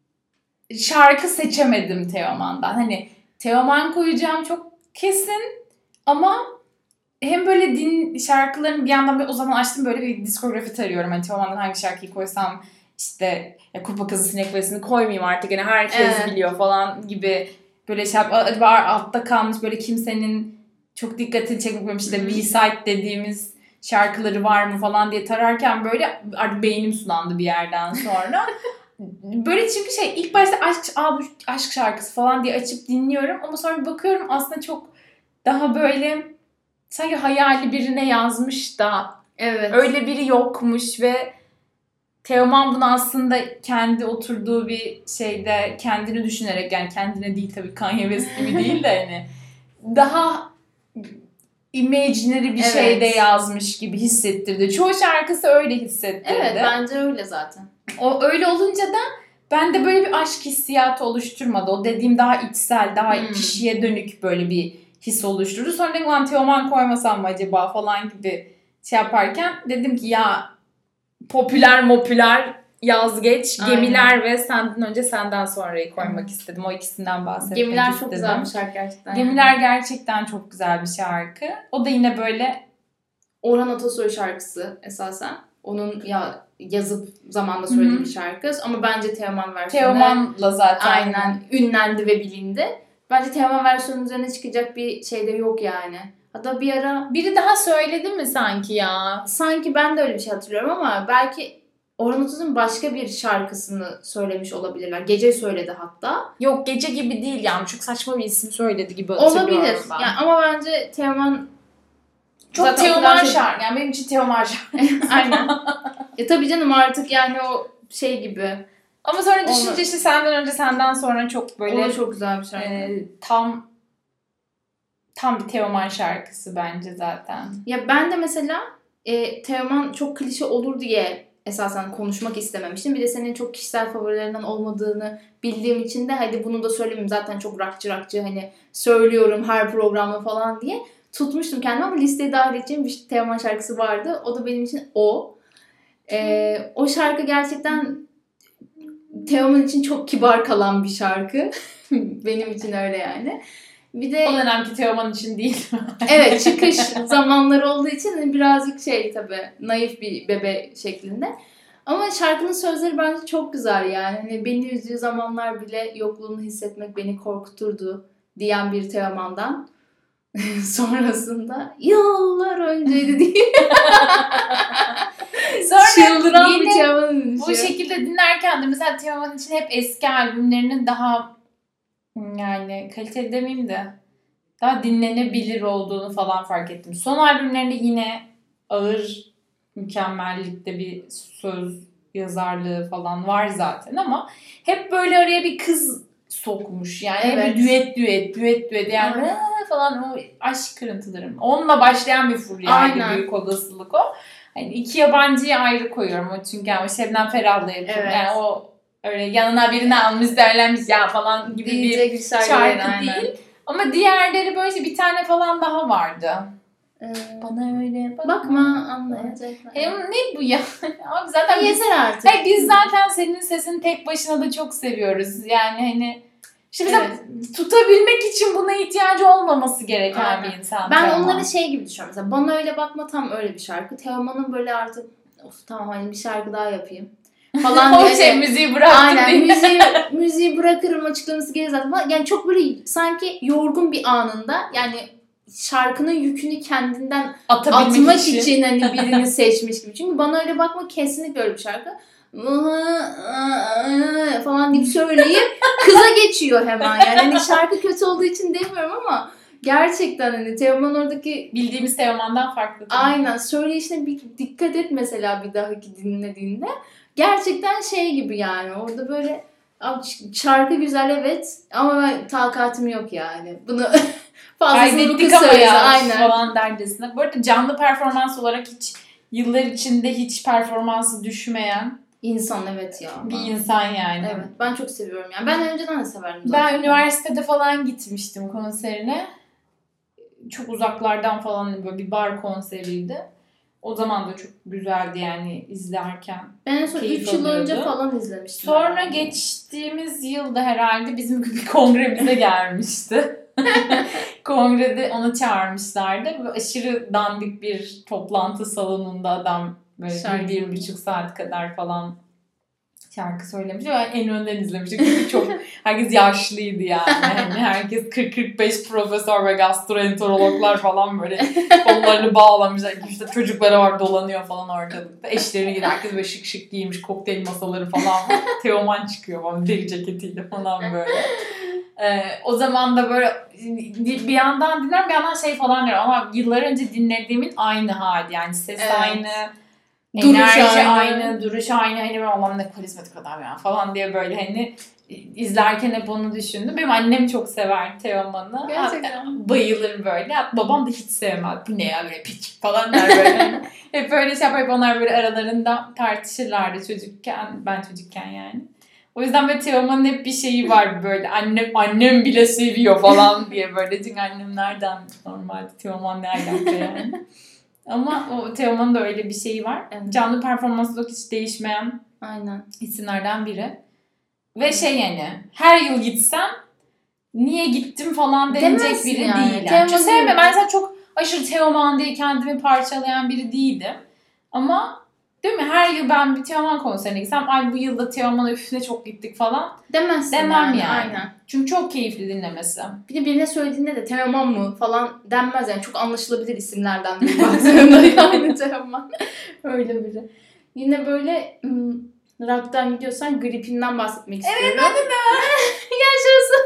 şarkı seçemedim Teoman'dan. Hani Teoman koyacağım çok kesin ama hem böyle şarkılarını bir yandan böyle o zaman açtım böyle bir diskografi tarıyorum. Hani Teoman'dan hangi şarkıyı koysam işte Kupa Kızı Sinek Kulesi'ni koymayayım artık. Yani herkes biliyor falan gibi böyle şey acaba altta kalmış böyle kimsenin çok dikkatini çekmemiş işte B-side dediğimiz şarkıları var mı falan diye tararken böyle artık beynim sulandı bir yerden sonra. Böyle çünkü ilk başta aşk şarkısı falan diye açıp dinliyorum ama sonra bir bakıyorum aslında çok daha böyle sanki hayali birine yazmış da öyle biri yokmuş ve Teoman bunu aslında kendi oturduğu bir şeyde kendini düşünerek yani kendine değil tabii Kanye West gibi değil de hani daha imaginary bir şeyde yazmış gibi hissettirdi. Çoğu şarkısı öyle hissettirdi. Evet bence öyle zaten. O öyle olunca da bende böyle bir aşk hissiyatı oluşturmadı. O dediğim daha içsel, daha kişiye dönük böyle bir his oluşturdu. Sonra dedim lan Teoman koymasam mı acaba falan gibi şey yaparken dedim ki ya popüler yaz geç Gemiler ve Senden Önce Senden Sonra'yı koymak istedim. O ikisinden bahsetmek Gemiler istedim. çok güzel bir şarkı gerçekten. Gemiler gerçekten çok güzel bir şarkı. O da yine böyle Orhan Atasoy şarkısı esasen. Onun yazıp zamanda söylediği bir şarkı. Ama bence Teoman versiyonu. Teoman'la zaten. Aynen ünlendi ve bilindi. Bence Teoman versiyonun üzerine çıkacak bir şey de yok yani. Hatta bir ara... Biri daha söyledi mi sanki ya? Sanki ben de öyle bir şey hatırlıyorum ama belki Orhan Atasoy'un başka bir şarkısını söylemiş olabilirler. Gece söyledi hatta. Yok Gece gibi değil yani. Çok saçma bir isim söyledi gibi hatırlıyorum olabilir. ben. Yani ama bence Teoman... Çok Teoman şarkı. Yani benim için Teoman şarkı. Aynen. Tabii canım artık yani o şey gibi. Ama sonra düşünce işte Senden Önce Senden Sonra çok böyle... O da çok güzel bir şarkı. Tam bir Teoman şarkısı bence zaten. Ya ben de mesela Teoman çok klişe olur diye esasen konuşmak istememiştim. Bir de senin çok kişisel favorilerinden olmadığını bildiğim için de hadi bunu da söylemeyeyim. Zaten çok rockçı hani söylüyorum her programda falan diye tutmuştum kendimi ama listeye dahil edeceğim bir Teoman şarkısı vardı. O da benim için o. O şarkı gerçekten Teoman için çok kibar kalan bir şarkı. Benim için öyle yani. Bir de o dönemki Teoman için değil. Evet çıkış zamanları olduğu için birazcık tabii naif bir bebe şeklinde. Ama şarkının sözleri bence çok güzel yani. Hani beni üzdüğü zamanlar bile yokluğunu hissetmek beni korkuturdu diyen bir Teoman'dan. Sonrasında yıllar önceydi diye. Sonra çıldıran bir Teoman'ın bu şekilde dinlerken de mesela Teoman için hep eski albümlerinin daha yani kaliteli demeyeyim de daha dinlenebilir olduğunu falan fark ettim. Son albümlerinde yine ağır mükemmellikte bir söz yazarlığı falan var zaten ama hep böyle araya bir kız sokmuş. Yani hep düet yani falan o aşk kırıntılarım. Onunla başlayan bir furyaydı büyük olasılık o. Yani iki yabancıyı ayrı koyuyorum o çünkü yani Şebnem Ferah'la yapıyorum. Evet. Yani o öyle yanına birini almış derlenmiş ya falan gibi bir şarkı değil. Ama diğerleri böyle bir tane falan daha vardı. Bana öyle bakma anlayacaklar. Ne bu ya? Abi zaten yeter artık. Biz zaten senin sesini tek başına da çok seviyoruz. Yani hani işte mesela tutabilmek için buna ihtiyacı olmaması gereken bir insan. Ben onları şey gibi düşünüyorum. Mesela Bana Öyle Bakma tam öyle bir şarkı. Teoman'ın böyle artık tamam hani bir şarkı daha yapayım falan diye. Müziği bıraktım aynen, müziği bırakırım açıklaması gelir zaten. Yani çok böyle sanki yorgun bir anında yani şarkının yükünü kendinden atmak için hani birini seçmiş gibi. Çünkü Bana Öyle Bakma kesinlikle öyle bir şarkı. Falan deyip söyleyip kıza geçiyor hemen yani. Hani şarkı kötü olduğu için demiyorum ama gerçekten hani Teoman oradaki bildiğimiz Teoman'dan farklı. Aynen. Söyleyişine bir dikkat et mesela bir dahaki dinlediğinde. Gerçekten şey gibi yani. Orada böyle şarkı güzel evet ama ben takatim yok yani. Bunu fazlasını bu kız söylese. Aynen. Falan dercesine. Bu arada canlı performans olarak hiç yıllar içinde hiç performansı düşmeyen İnsan evet ya. Bir insan yani. Evet ben çok seviyorum yani. Ben önceden de severdim zaten. Ben üniversitede falan gitmiştim konserine. Çok uzaklardan falan böyle bir bar konseriydi. O zaman da çok güzeldi yani izlerken. Ben en son 3 yıl önce falan izlemiştim. Sonra yani. Geçtiğimiz yılda herhalde bizim bir kongremize gelmişti. Kongrede onu çağırmışlardı. Böyle aşırı dandik bir toplantı salonunda adam böyle 1,5 saat kadar falan şarkı söylemiş. Ben en önden izlemiştim. Çünkü çok herkes yaşlıydı yani. Hani herkes 40-45 profesör ve gastroenterologlar falan böyle kollarını bağlamışlar. İşte çocukları var dolanıyor falan ortalıkta. Eşlerini gidiyor. Herkes böyle şık şık giymiş. Kokteyl masaları falan var. Teoman çıkıyor falan deri ceketiyle falan böyle. O zaman da böyle bir yandan dinler bir yandan şey falan diyor. Ama yıllar önce dinlediğimin aynı hali. Yani ses aynı. Enerji aynı, duruş aynı. Hani ben Allah'ım ne karizmatik adam ya falan diye böyle hani izlerken hep onu düşündüm. Benim annem çok sever Teoman'ı. Gerçekten. Bayılır böyle. Babam da hiç sevmez. Bu ne ya böyle piç falan der böyle. Hep böyle şey yapar. Onlar böyle aralarında tartışırlardı çocukken. Ben çocukken yani. O yüzden böyle Teoman'ın hep bir şeyi var böyle. Annem bile seviyor falan diye böyle. Çünkü annem nereden normalde Teoman ne alaka yani. Ama o Teoman'ın da öyle bir şeyi var. Evet. Canlı performansı da hiç değişmeyen Aynen. isimlerden biri. Ve şey yani her yıl gitsem niye gittim falan denecek biri yani. değil. Yani. Çünkü sevmem. Ben mesela çok aşırı Teoman diye kendimi parçalayan biri değildim. Ama değil mi? Her yıl ben bir Teoman konserine gitsem ay bu yılda Teoman'a üf ne çok gittik falan. Demezsin demem yani. Aynen. Çünkü çok keyifli dinlemesi. Bir de birine söylediğinde de Teoman mı falan denmez yani. Çok anlaşılabilir isimlerden biri baktığında yani Teoman. Öyle biri. Yine böyle rock'tan gidiyorsan Gripin'den bahsetmek istiyorum. Evet ben de. Yaşasın.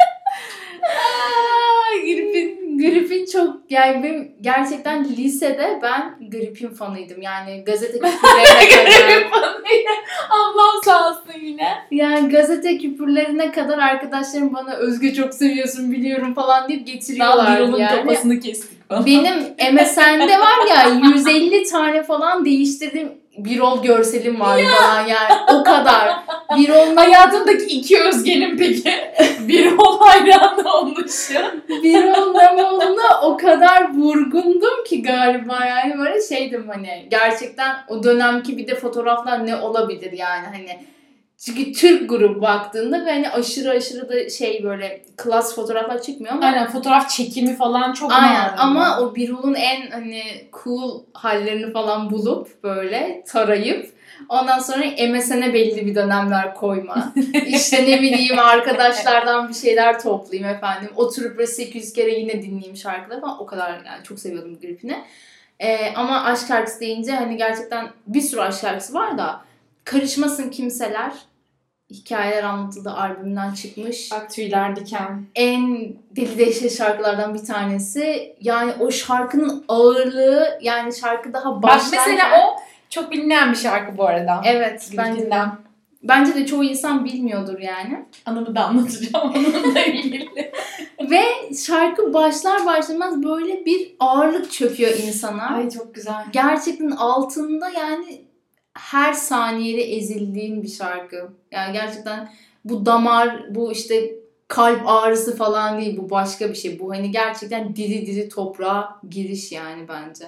Gripin çok yani benim gerçekten lisede ben Gripin fanıydım. Yani gazete küpürlerine kadar. Ablam sağ olsun yine. Yani gazete küpürlerine kadar arkadaşlarım bana Özge çok seviyorsun biliyorum falan deyip getiriyorlar yani. Kafasını kestik falan. Benim MSN'de var ya 150 tane falan değiştirdiğim Birol görselim var falan yani o kadar. Birol'un hayatındaki iki Özge'nin peki Birol hayranı olmuşu. Birol Namoğlu'na o kadar vurgundum ki galiba yani böyle şeydim hani gerçekten o dönemki bir de fotoğraflar ne olabilir yani hani. Çünkü Türk grubu baktığında ve hani aşırı da şey böyle klas fotoğraflar çıkmıyor ama. Aynen fotoğraf çekimi falan çok aynen ama o Birol'un en hani cool hallerini falan bulup böyle tarayıp ondan sonra MSN'e belli bir dönemler koyma. İşte ne bileyim arkadaşlardan bir şeyler toplayayım efendim. Oturup böyle 800 kere yine dinleyeyim şarkıları falan. O kadar yani çok seviyordum Gripin'i. Ama aşk şarkısı deyince hani gerçekten bir sürü aşk şarkısı var da Karışmasın Kimseler hikayeler anlatıldığı albümden çıkmış. Bak tüyler diken. En deli dehşet şarkılardan bir tanesi. Yani o şarkının ağırlığı yani şarkı daha başlarken. Bak mesela o çok bilinen bir şarkı bu arada. Evet. Bence de çoğu insan bilmiyordur yani. Anımı da anlatacağım onunla ilgili. Ve şarkı başlar başlamaz böyle bir ağırlık çöküyor insana. Ay çok güzel. Gerçekten altında yani her saniyede ezildiğin bir şarkı. Yani gerçekten bu damar, bu işte kalp ağrısı falan değil. Bu başka bir şey. Bu hani gerçekten diri toprağa giriş yani bence.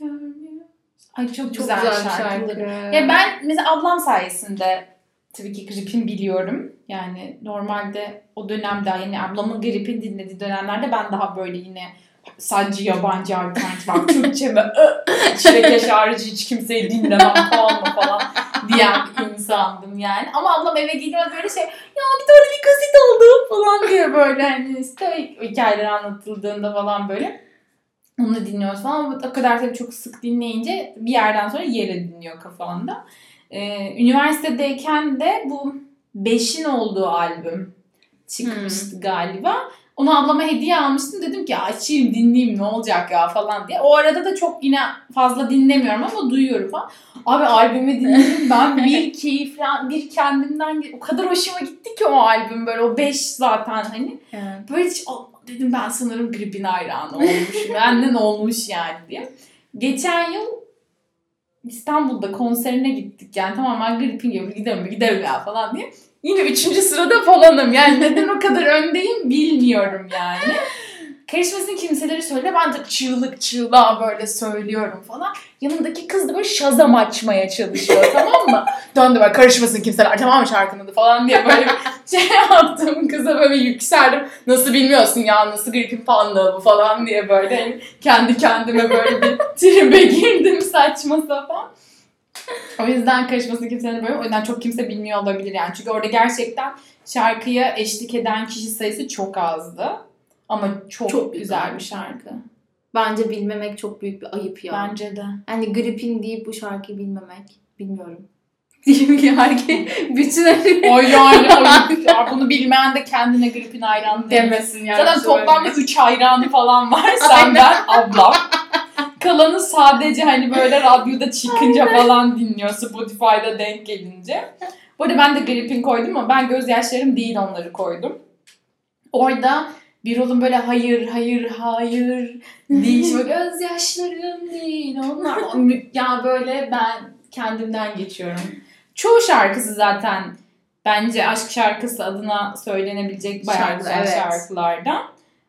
Ay çok güzel şarkı. Ya ben mesela ablam sayesinde tabii ki Gripin biliyorum. Yani normalde o dönemde yani ablamın Gripin dinlediği dönemlerde ben daha böyle yine sadece yabancı alternatif var. Türkçe mi? Çilekeş harici hiç kimseyi dinlemem falan mı falan diyen bir insandım yani. Ama ablam eve geldiğinde böyle şey ya bir tane bir kaset aldım falan diyor böyle hani işte hikayeler anlatıldığında falan böyle. Onu dinliyoruz falan ama o kadar tabii çok sık dinleyince bir yerden sonra yer ediniyor kafanda. Üniversitedeyken de bu 5'in olduğu albüm çıkmıştı galiba. Onu ablama hediye almıştım. Dedim ki açayım dinleyeyim ne olacak ya falan diye. O arada da çok yine fazla dinlemiyorum ama duyuyorum falan. Abi albümü dinledim ben bir keyifle bir kendimden o kadar hoşuma gitti ki o albüm böyle o 5 zaten hani. Evet. Böyle hiç dedim ben sanırım Gripin hayranı olmuşum. Benden olmuş yani diye. Geçen yıl İstanbul'da konserine gittik. Yani tamamen gripin gibi giderim ya falan diye. Yine 3. sırada falanım. Yani neden o kadar öndeyim bilmiyorum yani. Karışmasın kimseleri söyle. Ben de çığlığa böyle söylüyorum falan. Yanımdaki kız da böyle Shazam açmaya çalışıyor, tamam mı? Döndü böyle karışmasın kimseler, tamam mı şarkının adı falan diye böyle bir şey yaptım. Kıza böyle yükseldim. Nasıl bilmiyorsun ya, nasıl gripin fanlığı bu falan diye böyle hani kendi kendime böyle bir tribe girdim, saçma sapan. O yüzden karışmasın kimsenin böyle. O yüzden çok kimse bilmiyor olabilir yani. Çünkü orada gerçekten şarkıya eşlik eden kişi sayısı çok azdı. Ama çok güzel bir şarkı. Bence bilmemek çok büyük bir ayıp ya. Bence de. Yani gripin deyip bu şarkıyı bilmemek. Bilmiyorum. Diyeyim ki yani bütün o yani ayıp ya. Bunu bilmeyen de kendine gripin hayranı demesin yani. Zaten toplamda 3 hayranı falan var. Sen, ben, ablam. Kalanı sadece hani böyle radyoda çıkınca falan dinliyor, Spotify'da denk gelince. Bu arada ben de gripin koydum ama ben gözyaşlarım değil onları koydum. Orada bir oğlum böyle hayır değil. Gözyaşlarım değil onlar. Ya böyle ben kendimden geçiyorum. Çoğu şarkısı zaten bence aşk şarkısı adına söylenebilecek bayağı güzel şarkılardan.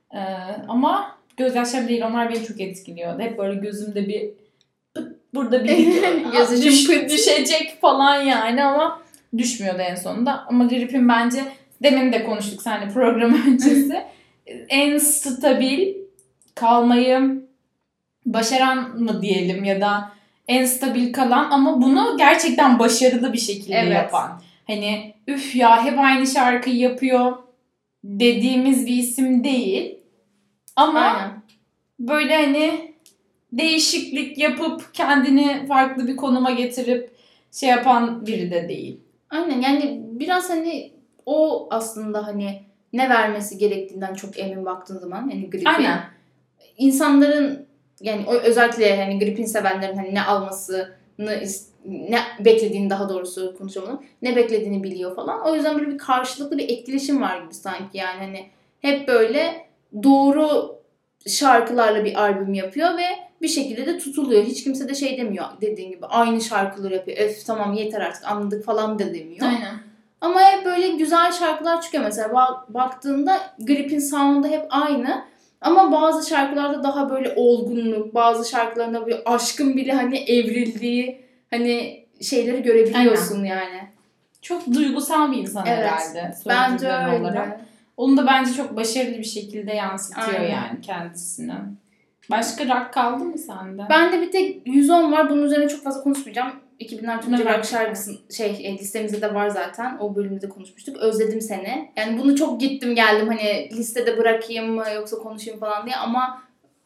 Ama gözyaşlarım değil, onlar beni çok etkiliyor. Hep böyle gözümde bir burada bir düşecek falan yani ama düşmüyordu en sonunda. Ama gripin bence demin de konuştuk seninle program öncesi. En stabil kalmayı başaran mı diyelim ya da en stabil kalan ama bunu gerçekten başarılı bir şekilde yapan. Hani üf ya hep aynı şarkıyı yapıyor dediğimiz bir isim değil. Ama böyle hani değişiklik yapıp kendini farklı bir konuma getirip şey yapan biri de değil. Aynen yani biraz hani o aslında hani ne vermesi gerektiğinden çok emin baktığın zaman hani gripin. Aynen. İnsanların yani özellikle hani gripin sevenlerin hani ne almasını ne beklediğini daha doğrusu konuşamadım. Ne beklediğini biliyor falan. O yüzden böyle bir karşılıklı bir etkileşim var gibi sanki yani hani hep böyle doğru şarkılarla bir albüm yapıyor ve bir şekilde de tutuluyor. Hiç kimse de şey demiyor dediğin gibi aynı şarkıları yapıyor. Öf tamam yeter artık anladık falan da demiyor. Aynen. Ama hep böyle güzel şarkılar çıkıyor. Mesela baktığında Grip'in sound'u hep aynı. Ama bazı şarkılarda daha böyle olgunluk, bazı şarkılarında böyle aşkın bile hani evrildiği hani şeyleri görebiliyorsun yani. Çok duygusal bir insan herhalde. Bence öyle. Olarak. Onu da bence çok başarılı bir şekilde yansıtıyor yani kendisine. Başka rock kaldı mı sende? Bende bir tek 110 var. Bunun üzerine çok fazla konuşmayacağım. 2000'ler Türkçe rock şarkısı listemizde de var zaten. O bölümde de konuşmuştuk. Özledim seni. Yani bunu çok gittim geldim hani listede bırakayım mı yoksa konuşayım falan diye ama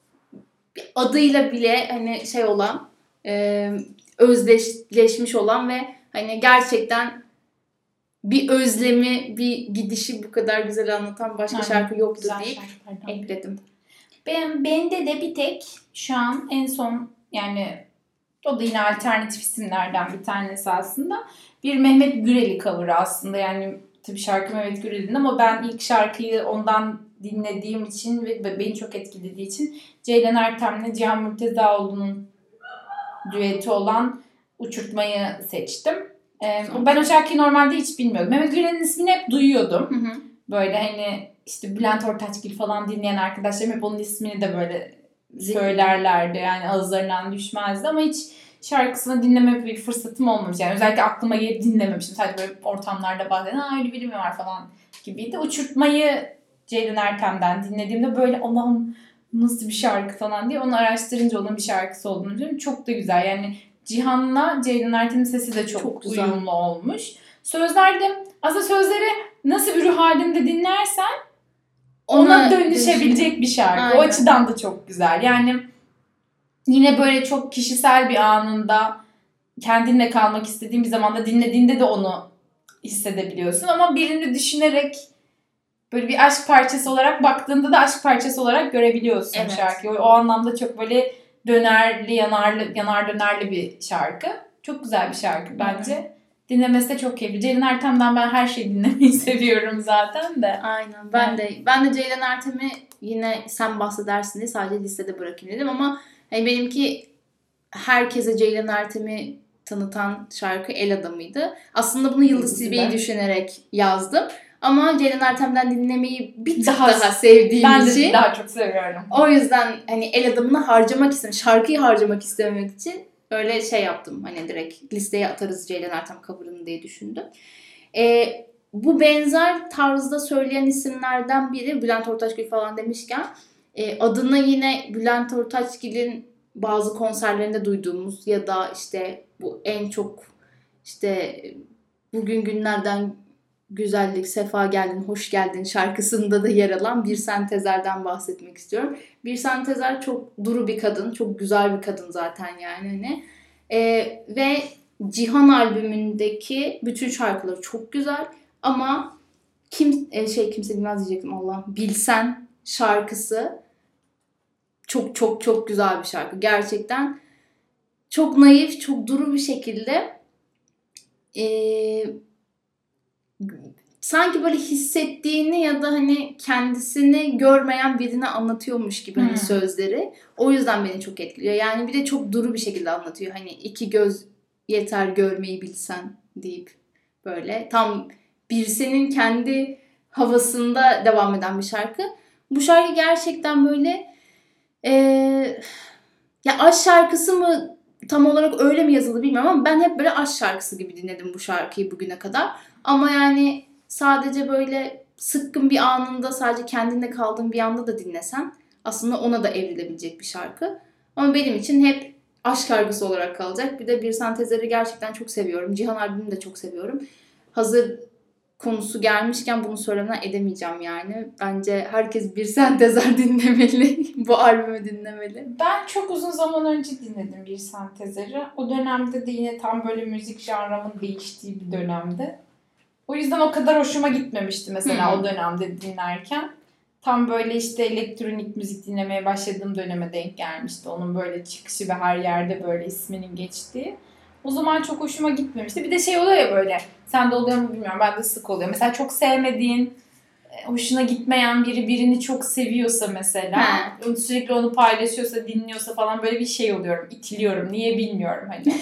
adıyla bile hani şey olan özdeşleşmiş olan ve hani gerçekten bir özlemi, bir gidişi bu kadar güzel anlatan başka şarkı yoktu deyip ekledim. Bende de bir tek şu an en son yani o da yine alternatif isimlerden bir tanesi aslında. Bir Mehmet Gürel'i cover'ı aslında yani tabii şarkı Mehmet Gürel'in ama ben ilk şarkıyı ondan dinlediğim için ve beni çok etkilediği için Ceylan Ertem'le Cihan Murtezaoğlu'nun düeti olan Uçurtmayı seçtim. Ben o şarkıyı normalde hiç bilmiyordum. Mehmet Gürel'in ismini hep duyuyordum. Hı. Böyle hani işte Bülent Ortaçgil falan dinleyen arkadaşlarım hep onun ismini de böyle söylerlerdi. Yani ağızlarından düşmezdi ama hiç şarkısını dinleme bir fırsatım olmamış. Yani özellikle aklıma gelip dinlememiştim. Sadece böyle ortamlarda bazen öyle biri mi var falan gibiydi. Uçurtmayı Ceylan Ertem'den dinlediğimde böyle Allah'ım nasıl bir şarkı falan diye onu araştırınca onun bir şarkısı olduğunu diyorum. Çok da güzel. Yani Cihan'la Ceylan Ertem'in sesi de çok uyumlu olmuş. Sözlerde aslında sözleri nasıl bir ruh halinde dinlersen ona dönüşebilecek bir şarkı. Aynen. O açıdan da çok güzel. Yani yine böyle çok kişisel bir anında kendinle kalmak istediğin bir zamanda dinlediğinde de onu hissedebiliyorsun. Ama birini düşünerek böyle bir aşk parçası olarak baktığında da aşk parçası olarak görebiliyorsun şarkıyı. O anlamda çok böyle dönerli, yanar dönerli bir şarkı. Çok güzel bir şarkı bence. Hı-hı. Dinlemesi de çok keyifli. Ceylan Ertem'den ben her şeyi dinlemeyi seviyorum zaten de. Aynen. Ben de Ceylan Ertem'i yine sen bahsedersin diye sadece listede bırakayım dedim ama hani benimki herkese Ceylan Ertem'i tanıtan şarkı El Adamı'ydı. Aslında bunu Yıldız Tilbe'yi düşünerek yazdım. Ama Ceylan Ertem'den dinlemeyi bir tık daha sevdiğim ben için. Ben de daha çok seviyorum. O yüzden hani El Adamı'nı harcamak istedim. Şarkıyı harcamak istememek için öyle şey yaptım. Hani direkt listeye atarız Ceylan Ertem cover'ını diye düşündüm. Bu benzer tarzda söyleyen isimlerden biri Bülent Ortaçgil falan demişken adını yine Bülent Ortaçgil'in bazı konserlerinde duyduğumuz ya da işte bu en çok işte bugün günlerden güzellik, sefa geldin, hoş geldin şarkısında da yer alan Birsen Tezer'den bahsetmek istiyorum. Birsen Tezer çok duru bir kadın, çok güzel bir kadın zaten yani hani. Ve Cihan albümündeki bütün şarkıları çok güzel ama kimse bilmez diyecektim Allah. Bilsen şarkısı çok çok çok güzel bir şarkı. Gerçekten çok naif, çok duru bir şekilde sanki böyle hissettiğini ya da hani kendisini görmeyen birine anlatıyormuş gibi hani sözleri. O yüzden beni çok etkiliyor. Yani bir de çok duru bir şekilde anlatıyor. Hani iki göz yeter görmeyi bilsen deyip böyle tam Birsen'in kendi havasında devam eden bir şarkı. Bu şarkı gerçekten böyle ya aşk şarkısı mı tam olarak öyle mi yazıldı bilmiyorum ama ben hep böyle aşk şarkısı gibi dinledim bu şarkıyı bugüne kadar. Ama yani sadece böyle sıkkın bir anında sadece kendinde kaldığın bir anda da dinlesen aslında ona da evrilebilecek bir şarkı. Ama benim için hep aşk şarkısı olarak kalacak. Bir de Birsen Tezer'i gerçekten çok seviyorum. Cihan albümünü de çok seviyorum. Hazır konusu gelmişken bunu söylemeden edemeyeceğim yani. Bence herkes Birsen Tezer dinlemeli. Bu albümü dinlemeli. Ben çok uzun zaman önce dinledim Birsen Tezer'i. O dönemde de yine tam böyle müzik janrımın değiştiği bir dönemde. O yüzden o kadar hoşuma gitmemişti mesela o dönemde dinlerken. Tam böyle işte elektronik müzik dinlemeye başladığım döneme denk gelmişti. Onun böyle çıkışı ve her yerde böyle isminin geçtiği. O zaman çok hoşuma gitmemişti. Bir de şey oluyor ya böyle, sende oluyor mu bilmiyorum, ben de sık oluyor. Mesela çok sevmediğin, hoşuna gitmeyen biri birini çok seviyorsa mesela, sürekli onu paylaşıyorsa, dinliyorsa falan böyle bir şey oluyorum. İtiliyorum. Niye bilmiyorum hani.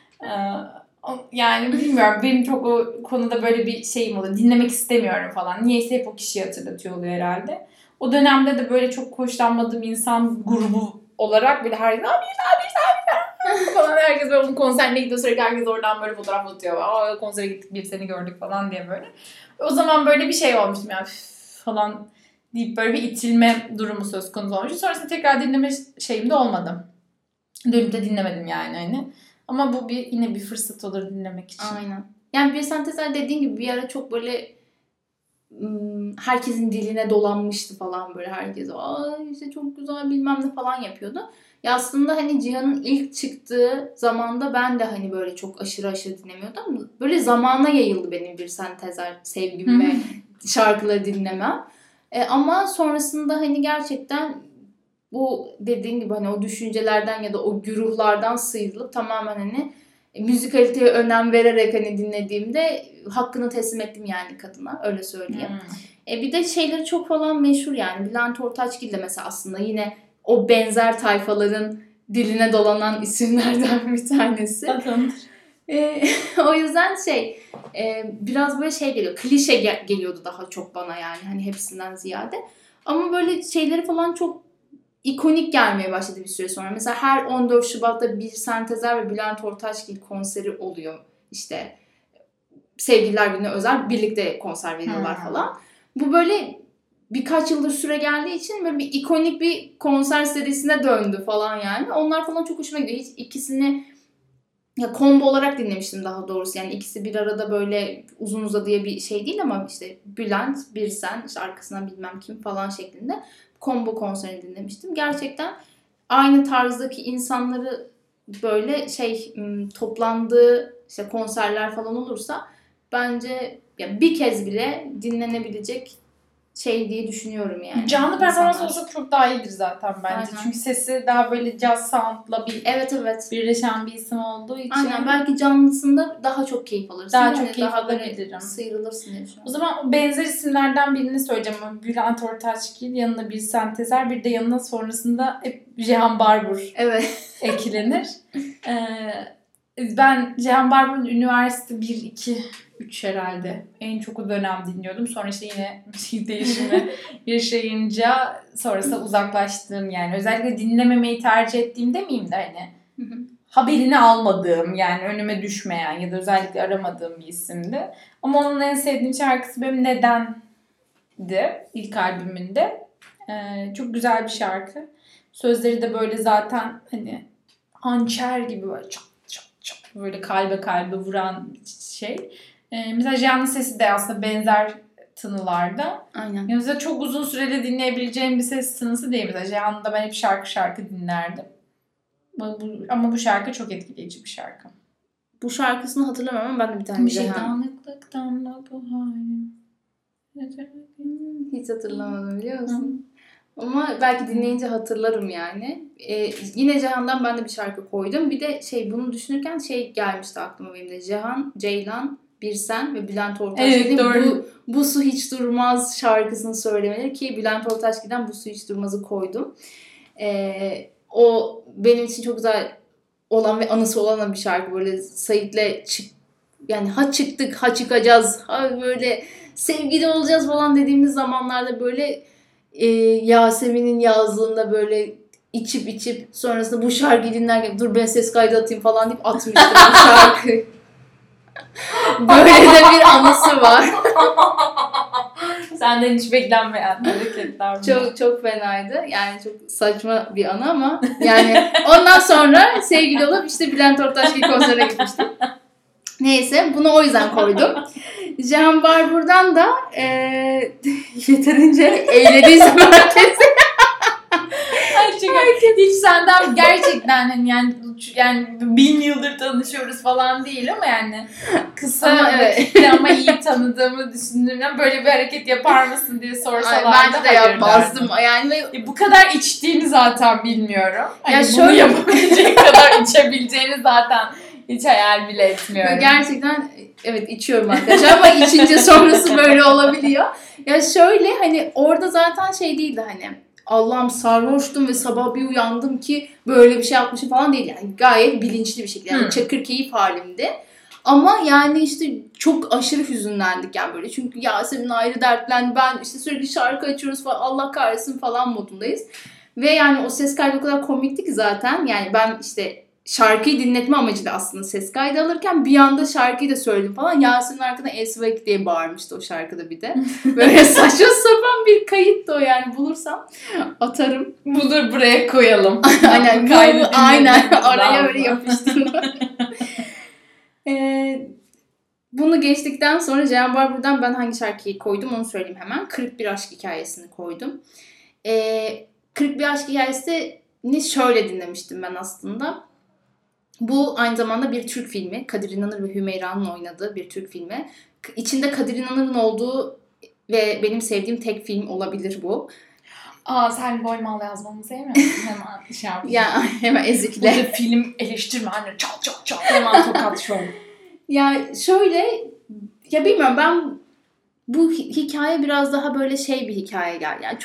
Yani bilmiyorum, benim çok o konuda böyle bir şeyim oluyor. Dinlemek istemiyorum falan. Niyeyse hep o kişiyi hatırlatıyor oluyor herhalde. O dönemde de böyle çok hoşlanmadığım insan grubu olarak böyle herkes falan, herkes böyle onun konserine gidiyor, sürekli herkes oradan böyle fotoğraf atıyor. Aa, konsere gittik, bir seni gördük falan diye böyle. O zaman böyle bir şey olmuştum yani falan deyip böyle bir itilme durumu söz konusu olmuş. Sonrasında tekrar dinleme şeyim de olmadı. Dönüp de dinlemedim yani hani. Ama bu yine bir fırsat olur dinlemek için. Aynen. Yani Birsen Tezer dediğin gibi bir ara çok böyle herkesin diline dolanmıştı falan böyle. Herkes işte çok güzel bilmem ne falan yapıyordu. Ya aslında hani Cihan'ın ilk çıktığı zamanda ben de hani böyle çok aşırı dinlemiyordum ama böyle zamana yayıldı benim Birsen Tezer sevgim ve şarkıları dinlemem. Ama sonrasında hani gerçekten bu dediğin gibi hani o düşüncelerden ya da o güruhlardan sıyrılıp tamamen hani müzikaliteye önem vererek hani dinlediğimde hakkını teslim ettim yani kadına, öyle söyleyeyim. Bir de şeyleri çok falan meşhur yani Bülent Ortaçgil de mesela aslında yine o benzer tayfaların diline dolanan isimlerden bir tanesi. O yüzden biraz böyle şey geliyor, klişe geliyordu daha çok bana yani hani hepsinden ziyade. Ama böyle şeyleri falan çok ikonik gelmeye başladı bir süre sonra. Mesela her 14 Şubat'ta Birsen Tezer ve Bülent Ortaçgil konseri oluyor. İşte Sevgililer Günü'ne özel birlikte konser veriyorlar falan. Bu böyle birkaç yıldır süre geldiği için böyle bir ikonik bir konser serisine döndü falan yani. Onlar falan çok hoşuma gidiyor. Hiç ikisini ya combo olarak dinlemiştim daha doğrusu. Yani ikisi bir arada böyle uzun uzadıya bir şey değil ama işte Bülent, Birsen, işte arkasından bilmem kim falan şeklinde combo konserini dinlemiştim. Gerçekten aynı tarzdaki insanları böyle toplandığı işte konserler falan olursa bence ya bir kez bile dinlenebilecek şey diye düşünüyorum yani. Canlı performans İnsanlar. olsa çok daha iyidir zaten bence. Aynen. Çünkü sesi daha böyle jazz sound'la Evet. birleşen bir isim olduğu için. Aynen, belki canlısında daha çok keyif alırsın. Daha Yani çok keyif daha böyle alabilirim. sıyrılırsın diye düşünüyorum. O zaman o benzer isimlerden birini söyleyeceğim. Bülent Ortaçgil, yanına bir Sentezer, bir de yanına sonrasında hep Cihan Barbur Evet. eklenir. Ben Cihan Barbur'un üniversite 1, 2, 3 herhalde en çok o dönem dinliyordum. Sonra işte yine müzik değişimi yaşayınca sonrasında uzaklaştım yani. Özellikle dinlememeyi tercih ettiğim demeyeyim de hani haberini almadığım yani önüme düşmeyen ya da özellikle aramadığım bir isimdi. Ama onun en sevdiğim şarkısı benim Neden'di ilk albümünde. Çok güzel bir şarkı. Sözleri de böyle zaten hani hançer gibi böyle çok böyle kalbe vuran şey. Mesela Cihan'ın sesi de aslında benzer tınılarda. Aynen. Yani mesela çok uzun sürede dinleyebileceğim bir ses tınısı değil. Mesela Cihan'da ben hep şarkı dinlerdim. Ama bu şarkı çok etkileyici bir şarkı. Bu şarkısını hatırlamıyorum ama ben de bir tane Dağınıklıktan da bu halim. Hiç hatırlamadım biliyor musun? Ama belki dinleyince hatırlarım yani. Yine Cihan'dan ben de bir şarkı koydum. Bir de bunu düşünürken gelmişti aklıma benim de. Cihan, Ceylan, Birsen ve Bülent Ortaçgil'in bu Su Hiç Durmaz şarkısını söylemeleri ki Bülent Ortaçgil'den Bu Su Hiç Durmaz'ı koydum. O benim için çok güzel olan ve anısı olan bir şarkı. Böyle Sait'le yani ha çıktık ha çıkacağız ha böyle sevgili olacağız falan dediğimiz zamanlarda böyle Yasemin'in yazlığında böyle içip sonrasında bu şarkıyı dinlerken dur ben ses kaydı atayım falan deyip atmıştım bu şarkıyı. Böyle de bir anısı var. Senden hiç beklenmeyen hareketler. Çok fenaydı. Yani çok saçma bir anı ama yani ondan sonra sevgili olup işte Bülent Ortaçgil konserine gitmiştim. Neyse bunu o yüzden koydum. Cihan Barbur'dan da yeterince eğlediysem herkesi. Hiç senden gerçekten hani yani 1000 yıldır tanışıyoruz falan değil ama yani kısa vakitte ama iyi tanıdığımı düşündüğümden böyle bir hareket yapar mısın diye sorsalardı. Bence de yapmazdım. Yani bu kadar içtiğini zaten bilmiyorum. Hani ya bunu yapabilecek kadar içebileceğini zaten hiç hayal bile etmiyorum. Gerçekten evet içiyorum arkadaşlar ama içince sonrası böyle olabiliyor. Ya şöyle hani orada zaten değildi hani Allah'ım sarhoştum ve sabah bir uyandım ki böyle bir şey yapmışım falan değil. Yani gayet bilinçli bir şekilde. Yani çakır keyif halimdi. Ama yani işte çok aşırı hüzünlendik yani böyle. Çünkü Yasemin ayrı dertlendi. Ben işte sürekli şarkı açıyoruz falan. Allah kahretsin falan modundayız. Ve yani o ses kaydı o kadar komikti ki zaten. Yani ben işte şarkıyı dinletme amacıyla aslında ses kaydı alırken bir anda şarkıyı da söyledim falan. Yasemin arkadan Esvek diye bağırmıştı o şarkıda bir de. Böyle saçma sapan bir kayıttı o yani bulursam atarım. Bulur buraya koyalım. Aynen oraya öyle yapıştırdım. Bunu geçtikten sonra Cihan Barbur'dan ben hangi şarkıyı koydum onu söyleyeyim hemen. Kırık Bir Aşk Hikayesi'ni koydum. Kırık Bir Aşk Hikayesi'ni şöyle dinlemiştim ben aslında. Bu aynı zamanda bir Türk filmi. Kadir İnanır ve Hümeyra'nın oynadığı bir Türk filmi. İçinde Kadir İnanır'ın olduğu ve benim sevdiğim tek film olabilir bu. Sen Boymal yazmamı sevmiyor musun? Hemen şey yapayım. Ya hemen ezikle. Burada film eleştirmenleri çat hemen tokat şov. Ya şöyle ya bilmiyorum ben bu hikaye biraz daha böyle bir hikaye geldi. Yani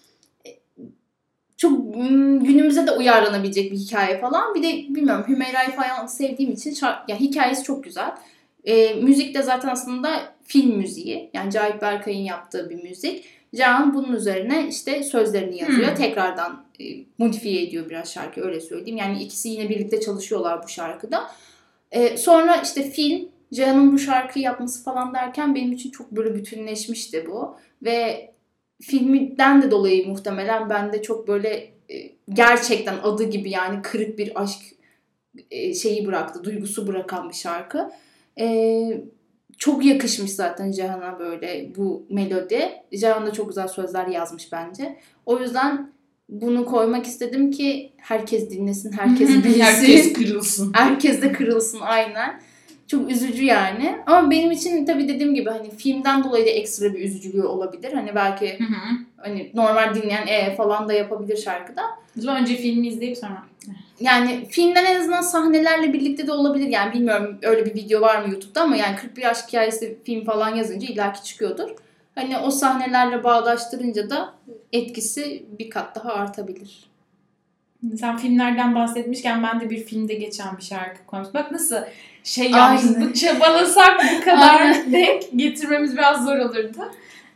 çok günümüze de uyarlanabilecek bir hikaye falan. Bir de bilmiyorum Hümeyra'yı falan sevdiğim için ya hikayesi çok güzel. Müzik de zaten aslında film müziği. Yani Cahit Berkay'ın yaptığı bir müzik. Can bunun üzerine işte sözlerini yazıyor. Tekrardan modifiye ediyor biraz şarkı öyle söyleyeyim. Yani ikisi yine birlikte çalışıyorlar bu şarkıda. Sonra işte film, Cihan'ın bu şarkıyı yapması falan derken benim için çok böyle bütünleşmişti bu. Ve filmden de dolayı muhtemelen bende çok böyle gerçekten adı gibi yani kırık bir aşk bıraktı, duygusu bırakan bir şarkı. Çok yakışmış zaten Cihan'a böyle bu melodi. Cihan da çok güzel sözler yazmış bence. O yüzden bunu koymak istedim ki herkes dinlesin, herkes bilsin. Herkes kırılsın. Herkes de kırılsın aynen. Çok üzücü yani. Ama benim için tabii dediğim gibi hani filmden dolayı da ekstra bir üzücülüğü olabilir. Hani belki hani normal dinleyen falan da yapabilir şarkıda. O zaman önce filmi izleyip sonra. Yani filmden en azından sahnelerle birlikte de olabilir. Yani bilmiyorum öyle bir video var mı YouTube'da ama yani 41 Aşk Hikayesi film falan yazınca illaki çıkıyordur. Hani o sahnelerle bağdaştırınca da etkisi bir kat daha artabilir. Sen filmlerden bahsetmişken ben de bir filmde geçen bir şarkı koymuştum. Bak nasıl yapmışız. Çabalasak bu kadar denk getirmemiz biraz zor olurdu.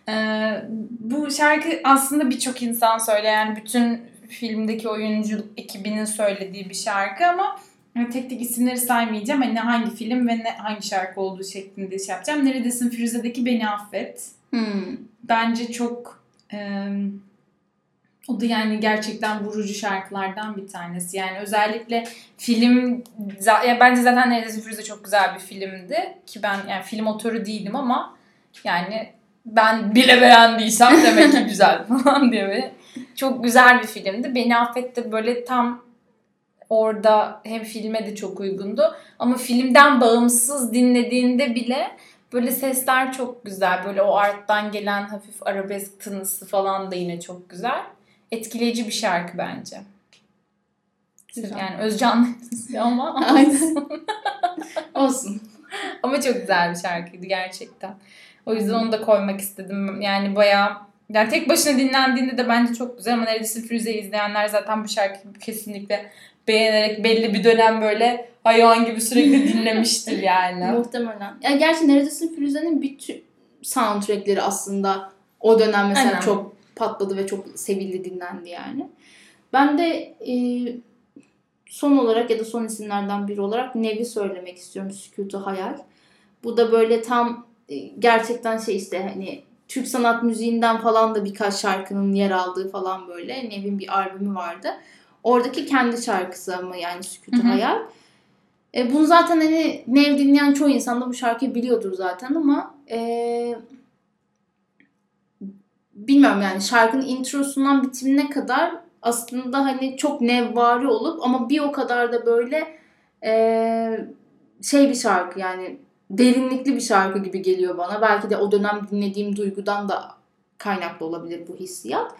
Bu şarkı aslında birçok insan söyleyen, bütün filmdeki oyuncu ekibinin söylediği bir şarkı ama tek tek isimleri saymayacağım. Hani hangi film ve hangi şarkı olduğu şeklinde şey yapacağım. Neredesin Firuze'deki Beni Affet. Bence çok o da yani gerçekten vurucu şarkılardan bir tanesi. Yani özellikle film bence zaten Neredesin Firuze çok güzel bir filmdi ki ben yani film otörü değilim ama yani ben bile beğendiysem demek ki güzel falan diye böyle. Çok güzel bir filmdi. Beni Affet de böyle tam orada hem filme de çok uygundu ama filmden bağımsız dinlediğinde bile böyle sesler çok güzel. Böyle o arttan gelen hafif arabesk tınısı falan da yine çok güzel. Etkileyici bir şarkı bence. Güzel. Yani Özcan ama olsun. Ama çok güzel bir şarkıydı gerçekten. O yüzden onu da koymak istedim. Yani bayağı yani tek başına dinlendiğinde de bence çok güzel ama Neredesin Firuze'yi izleyenler zaten bu şarkıyı kesinlikle beğenerek belli bir dönem böyle hayvan gibi sürekli dinlemiştir yani. Muhtemelen. Yani gerçi Neredesin Firuze'nin bütün soundtrackleri aslında o dönem mesela çok patladı ve çok sevildi, dinlendi yani. Ben de son olarak ya da son isimlerden biri olarak Nev'i söylemek istiyorum. Sükutu Hayal. Bu da böyle tam gerçekten işte hani Türk sanat müziğinden falan da birkaç şarkının yer aldığı falan böyle. Nev'in bir albümü vardı. Oradaki kendi şarkısı ama yani Sükutu Hayal. Bunu zaten hani Nev dinleyen çoğu insan da bu şarkıyı biliyordur zaten ama bilmiyorum yani şarkının introsundan bitimine kadar aslında hani çok nevvari olup ama bir o kadar da böyle bir şarkı yani derinlikli bir şarkı gibi geliyor bana. Belki de o dönem dinlediğim duygudan da kaynaklı olabilir bu hissiyat.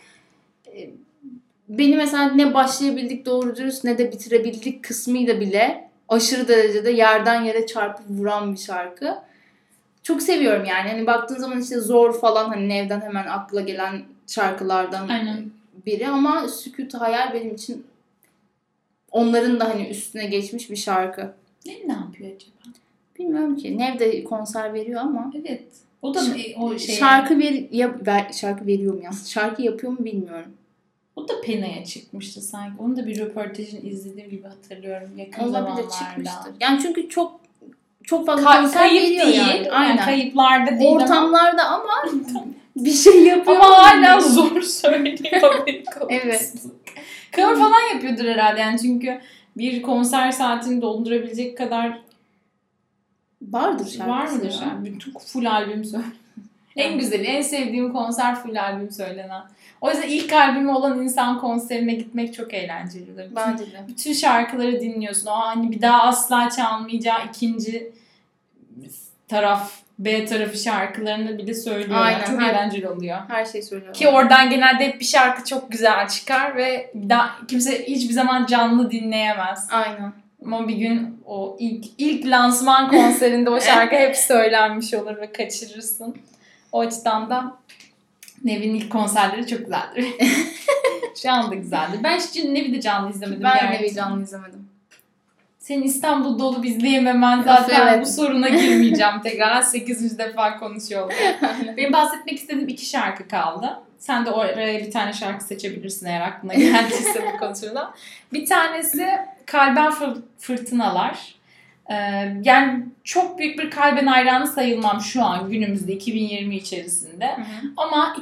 Beni mesela ne başlayabildik doğru dürüst ne de bitirebildik kısmıyla bile aşırı derecede yerden yere çarpıp vuran bir şarkı. Çok seviyorum yani. Hani baktığın zaman işte Zor falan hani Nev'den hemen akla gelen şarkılardan biri ama Sükût-i Hayal benim için onların da hani üstüne geçmiş bir şarkı. Ne yapıyor acaba? Bilmiyorum ki. Nev de konser veriyor ama. Evet. O da o şey. Şarkı veriyor mu ya? Şarkı yapıyor mu bilmiyorum. O da Pena'ya çıkmıştı sanki. Onu da bir röportajını izlediğim gibi hatırlıyorum yakın zamanlarda. Olabilir, çıkmıştır. Yani çünkü çok fazla konser veriyor değil. Yani. Aynen. Kayıplarda değil ortamlarda ama bir şey yapıyor. Ama hala zor söylüyor. Evet. Cover falan yapıyordur herhalde yani çünkü bir konser saatini doldurabilecek kadar vardır şarkısı. Var mıdır yani? Bütün full albüm söylenen. En güzeli, en sevdiğim konser full albüm söylenen. O yüzden ilk albümü olan insan konserine gitmek çok eğlencelidir. Bence de. Bütün şarkıları dinliyorsun. O hani bir daha asla çalmayacağı ikinci taraf, B tarafı şarkılarını bile söylüyorlar. Aynen, çok eğlenceli oluyor. Her şey söylüyorlar. Ki oradan genelde hep bir şarkı çok güzel çıkar ve daha kimse hiçbir zaman canlı dinleyemez. Aynen. Ama bir gün o ilk lansman konserinde o şarkı hep söylenmiş olur ve kaçırırsın. O açıdan da Nev'in ilk konserleri çok güzeldir. Şu anda güzeldir. Ben hiç Nev'i de canlı izlemedim. Ben Nev'i canlı izlemedim. Senin İstanbul'da olup izleyememen zaten bu soruna girmeyeceğim tekrar. 8. defa konuşuyor oldum. Benim bahsetmek istediğim 2 şarkı kaldı. Sen de oraya bir tane şarkı seçebilirsin eğer aklına geldiyse bu konuşmadan. Bir tanesi Kalben Fırtınalar. Yani çok büyük bir Kalben hayranı sayılmam şu an günümüzde 2020 içerisinde. Hı-hı. Ama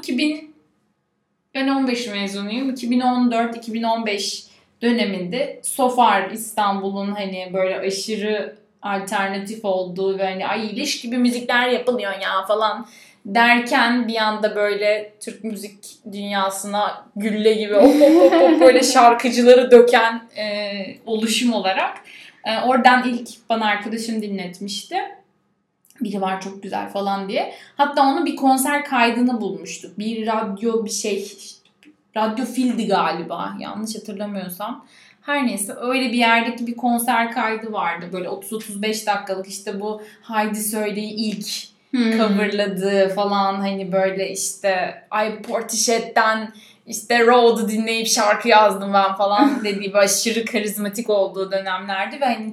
2015 mezunuyum. 2014-2015 döneminde Sofar İstanbul'un hani böyle aşırı alternatif olduğu ve hani ay leş gibi müzikler yapılıyor ya falan derken bir anda böyle Türk müzik dünyasına gülle gibi hop böyle şarkıcıları döken oluşum olarak Oradan ilk bana arkadaşım dinletmişti. Biri var çok güzel falan diye. Hatta onun bir konser kaydını bulmuştuk. Bir radyofildi galiba yanlış hatırlamıyorsam. Her neyse öyle bir yerdeki bir konser kaydı vardı. Böyle 30-35 dakikalık işte bu Haydi Söyle'yi ilk coverladığı falan hani böyle işte I Portishead'den işte Road'u dinleyip şarkı yazdım ben falan dediği aşırı karizmatik olduğu dönemlerdi ve hani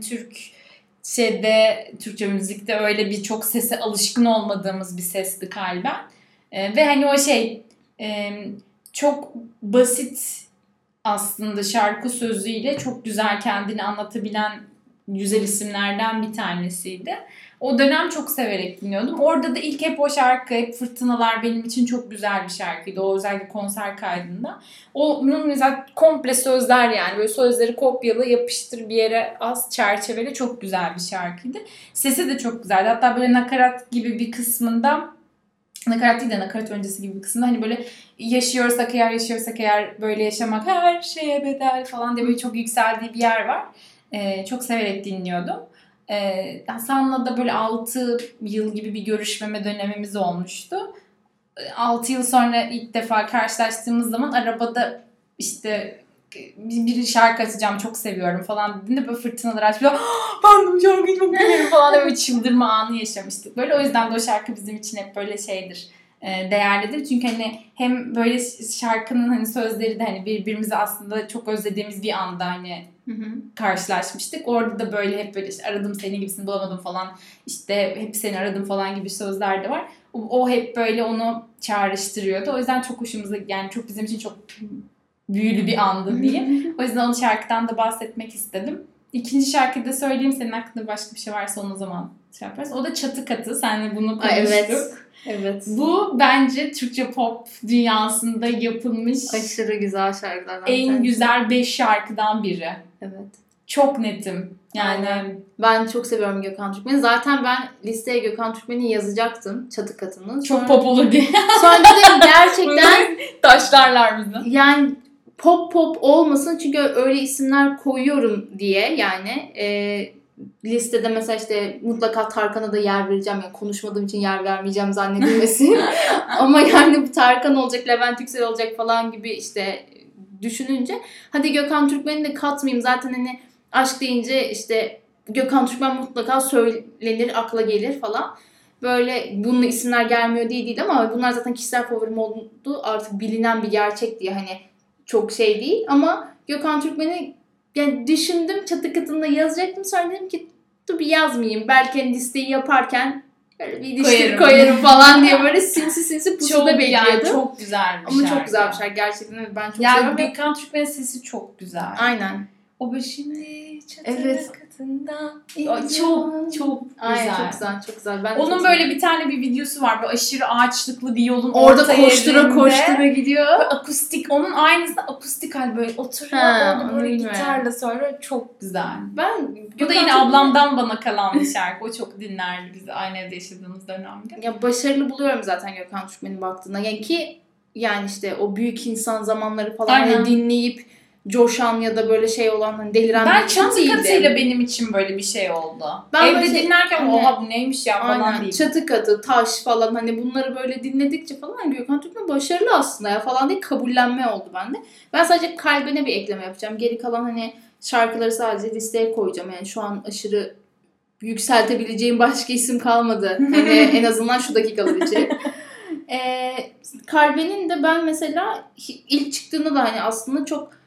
Türkçe müzikte öyle bir çok sese alışkın olmadığımız bir sesti kalben. Ve hani o çok basit aslında şarkı sözüyle çok güzel kendini anlatabilen güzel isimlerden bir tanesiydi. O dönem çok severek dinliyordum. Orada da ilk hep o şarkı, hep Fırtınalar benim için çok güzel bir şarkıydı. O özellikle konser kaydında. Onun mesela komple sözler yani. Böyle sözleri kopyala yapıştır bir yere az çerçeveli çok güzel bir şarkıydı. Sesi de çok güzeldi. Hatta böyle nakarat gibi bir kısmında nakarat değil de nakarat öncesi gibi bir kısımda hani böyle yaşıyorsak eğer böyle yaşamak her şeye bedel falan diye böyle çok yükseldiği bir yer var. Çok severek dinliyordum. Hasan'la da böyle 6 yıl gibi bir görüşmeme dönemimiz olmuştu. 6 yıl sonra ilk defa karşılaştığımız zaman arabada işte bir şarkı açacağım çok seviyorum falan dediğinde böyle fırtınalar açıyor. Ben de bu şarkıyı çok seviyorum falan diye böyle çıldırma anı yaşamıştık. Böyle o yüzden de o şarkı bizim için hep böyle şeydir. Değerlidir. Çünkü hani hem böyle şarkının hani sözleri de hani birbirimizi aslında çok özlediğimiz bir anda hani karşılaşmıştık. Orada da böyle hep böyle işte aradım seni gibisini bulamadım falan. İşte hep seni aradım falan gibi sözler de var. O hep böyle onu çağrıştırıyordu. O yüzden çok hoşumuza yani çok bizim için çok büyülü bir andı diyeyim. O yüzden o şarkıdan da bahsetmek istedim. İkinci şarkıyı da söyleyeyim. Senin aklında başka bir şey varsa onu o zaman şey yaparız. O da Çatı Katı. Seninle bunu konuştuk. Evet. Bu bence Türkçe pop dünyasında yapılmış aşırı güzel şarkılardan en güzel 5 şarkıdan biri. Evet. Çok netim. Yani ben çok seviyorum Gökhan Türkmen'i. Zaten ben listeye Gökhan Türkmen'i yazacaktım Çatı Katı'nın. Çok pop olur diye. Sonra dedim gerçekten taşlarlar bizi. Yani pop olmasın çünkü öyle isimler koyuyorum diye yani listede mesela işte mutlaka Tarkan'a da yer vereceğim. Yani konuşmadığım için yer vermeyeceğim zannedilmesin. Ama yani bu Tarkan olacak, Levent Yüksel olacak falan gibi işte düşününce hadi Gökhan Türkmen'i de katmayayım. Zaten hani aşk deyince işte Gökhan Türkmen mutlaka söylenir, akla gelir falan. Böyle bunun isimler gelmiyor değil ama bunlar zaten kişisel favorim oldu. Artık bilinen bir gerçek diye hani çok şey değil. Ama Gökhan Türkmen'i yani düşündüm Çatı Katı'nda yazacaktım. Sonra dedim ki dur bir yazmayayım. Belki hani listeyi yaparken böyle bir ilişkili koyarım falan diye böyle sinsi pusuda bekliyordum. Yani çok güzel bir Ama şarkı. çok güzel bir şarkı gerçekten. Ben çok yani seviyorum. Gökhan Türkmen'in sesi çok güzel. Aynen. O böyle şimdi Çatı Evet. Katı'nda. Çok güzel. Aynen çok güzel. Ben onun böyle bir tane bir videosu var. Böyle aşırı ağaçlıklı bir yolun orada orta koştura gidiyor. Böyle akustik. Onun aynısı akustik hal böyle oturuyor. Orada böyle gitarla sonra çok güzel. Bu da yine ablamdan bana kalan bir şarkı. O çok dinlerdi bizi aynı evde yaşadığımız dönemde. Ya başarılı buluyorum zaten Gökhan Türkmen'in baktığında. Yani ki yani işte o büyük insan zamanları falan hani dinleyip coşan ya da böyle şey olan hani deliren bir insan değildi. Çatı Katı'yla benim için böyle bir şey oldu. Ben evde dinlerken oha bu neymiş ya falan değil. Çatı Katı, Taş falan hani bunları böyle dinledikçe falan Gökhan Türkmen başarılı aslında ya falan diye kabullenme oldu bende. Ben sadece Kalbine bir ekleme yapacağım. Geri kalan hani şarkıları sadece listeye koyacağım. Yani şu an aşırı yükseltebileceğim başka isim kalmadı. Hani en azından şu dakikalar için. Kalbenin de ben mesela ilk çıktığında da hani aslında çok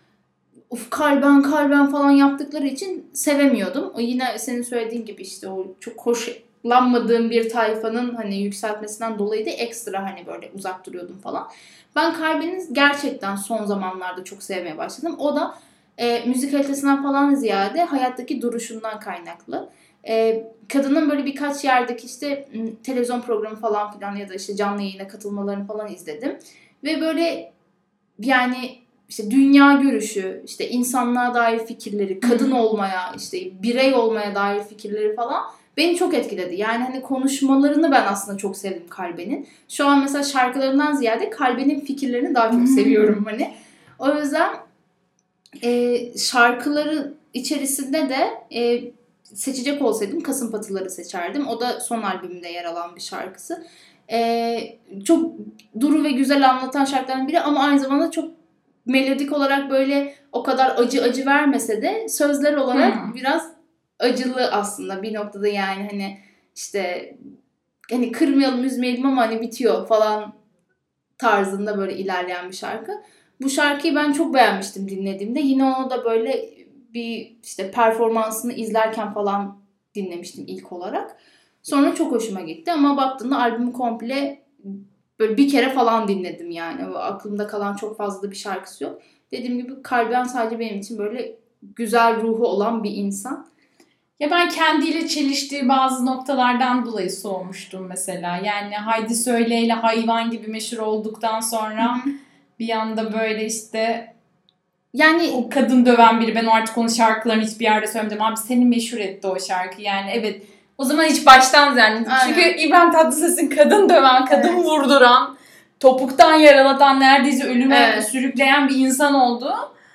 kalben falan yaptıkları için sevemiyordum. O yine senin söylediğin gibi işte o çok hoşlanmadığım bir tayfanın hani yükseltmesinden dolayı da ekstra hani böyle uzak duruyordum falan. Ben Kalben'i gerçekten son zamanlarda çok sevmeye başladım. O da müzik kalitesinden falan ziyade hayattaki duruşundan kaynaklı. Kadının böyle birkaç yerdeki işte televizyon programı falan filan ya da işte canlı yayına katılmalarını falan izledim. Ve böyle yani işte dünya görüşü, işte insanlığa dair fikirleri, kadın olmaya, işte birey olmaya dair fikirleri falan beni çok etkiledi. Yani hani konuşmalarını ben aslında çok sevdim Kalben'in. Şu an mesela şarkılarından ziyade Kalben'in fikirlerini daha çok seviyorum hani. O yüzden şarkıları içerisinde de seçecek olsaydım Kasım Patıları seçerdim. O da son albümünde yer alan bir şarkısı. Çok duru ve güzel anlatan şarkıların biri ama aynı zamanda çok melodik olarak böyle o kadar acı vermese de sözler olarak biraz acılı aslında bir noktada, yani hani işte hani kırmayalım üzmeyelim ama hani bitiyor falan tarzında böyle ilerleyen bir şarkı. Bu şarkıyı ben çok beğenmiştim dinlediğimde. Yine onu da böyle bir işte performansını izlerken falan dinlemiştim ilk olarak. Sonra çok hoşuma gitti ama baktığımda albümü komple böyle bir kere falan dinledim yani. Aklımda kalan çok fazla da bir şarkısı yok. Dediğim gibi Kalben sadece benim için böyle güzel ruhu olan bir insan. Ya ben kendiyle çeliştiği bazı noktalardan dolayı soğumuştum mesela. Yani Haydi Söyle'yle Hayvan gibi meşhur olduktan sonra bir anda böyle işte yani o kadın döven biri, ben artık onun şarkılarını hiçbir yerde söylemedim. Abi seni meşhur etti o şarkı. Yani evet, o zaman hiç baştan yani. Aynen. Çünkü İbrahim Tatlıses'in kadın döven, kadın vurduran, topuktan yaralatan, neredeyse ölüme sürükleyen bir insan olduğu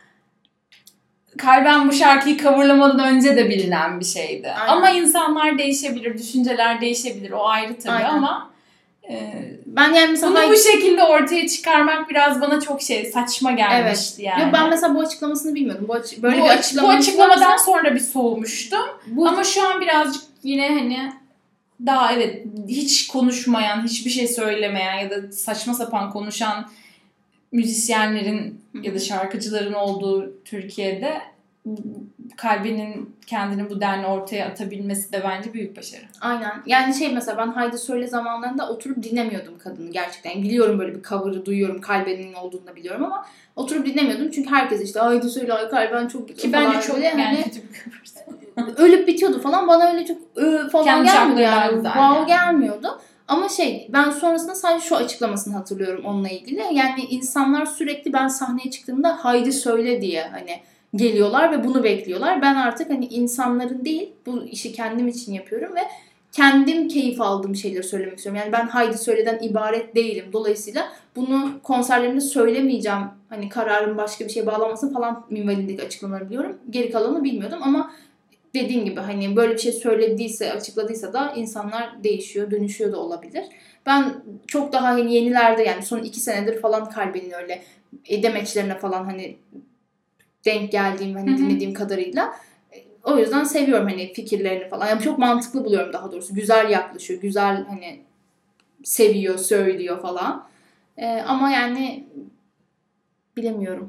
Kalben bu şarkıyı coverlamadan önce de bilinen bir şeydi. Aynen. Ama insanlar değişebilir, düşünceler değişebilir. O ayrı tabii. Aynen. Ama ben yani mesela bunu bu şekilde ortaya çıkarmak biraz bana çok saçma gelmişti yani. Yok, ben mesela bu açıklamasını bilmiyordum. Bu açıklamadan sonra bir soğumuştum. Ama şu an birazcık yine hani daha evet, hiç konuşmayan, hiçbir şey söylemeyen ya da saçma sapan konuşan müzisyenlerin ya da şarkıcıların olduğu Türkiye'de Kalben'in kendini bu denli ortaya atabilmesi de bence büyük başarı. Aynen. Yani mesela ben Haydi Söyle zamanlarında oturup dinlemiyordum kadını gerçekten. Biliyorum, böyle bir cover'ı duyuyorum, Kalben'in olduğunu da biliyorum ama oturup dinlemiyordum. Çünkü herkes işte Haydi Söyle, Kalben çok güzel. Ki bence çok yani hani kötü bir cover. Ölüp bitiyordu falan. Bana öyle çok falan kendi gelmiyordu yani. Wow gelmiyordu. Ama ben sonrasında sadece şu açıklamasını hatırlıyorum onunla ilgili. Yani insanlar sürekli ben sahneye çıktığımda Haydi Söyle diye hani geliyorlar ve bunu bekliyorlar. Ben artık hani insanların değil, bu işi kendim için yapıyorum ve kendim keyif aldığım şeyleri söylemek istiyorum. Yani ben Haydi Söyle'den ibaret değilim. Dolayısıyla bunu konserlerimde söylemeyeceğim. Hani kararım başka bir şeye bağlanmasın falan minvalindeki açıklamaları biliyorum. Geri kalanını bilmiyordum ama dediğin gibi hani böyle bir şey söylediyse, açıkladıysa da insanlar değişiyor, dönüşüyor da olabilir. Ben çok daha hani yenilerde, yani son 2 senedir falan Kalben'in öyle demeçlerine falan hani denk geldiğim, hani dinlediğim kadarıyla. O yüzden seviyorum hani fikirlerini falan. Yani çok mantıklı buluyorum daha doğrusu. Güzel yaklaşıyor, güzel hani seviyor, söylüyor falan. Ama yani bilemiyorum.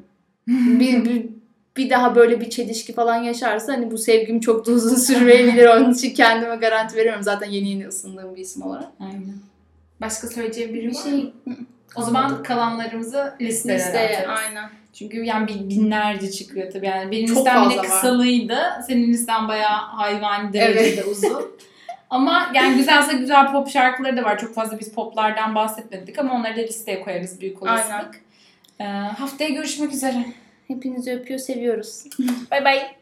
bir daha böyle bir çelişki falan yaşarsa hani bu sevgim çok da uzun sürmeyebilir. Onun için kendime garanti veriyorum. Zaten yeni ısındığım bir isim olarak. Aynen. Başka söyleyeceğim biri bir var şey mı? O zaman kalanlarımızı listeye atarız. Aynen. Çünkü yani binlerce çıkıyor tabii. Yani benim çok listem yine var. kısalıydı. Senin listen bayağı hayvani derecede uzun. Ama yani güzelse güzel pop şarkıları da var. Çok fazla biz poplardan bahsetmedik ama onları da listeye koyarız büyük olasılık. Haftaya görüşmek üzere. Hepinizi öpüyor, seviyoruz. Bay bay.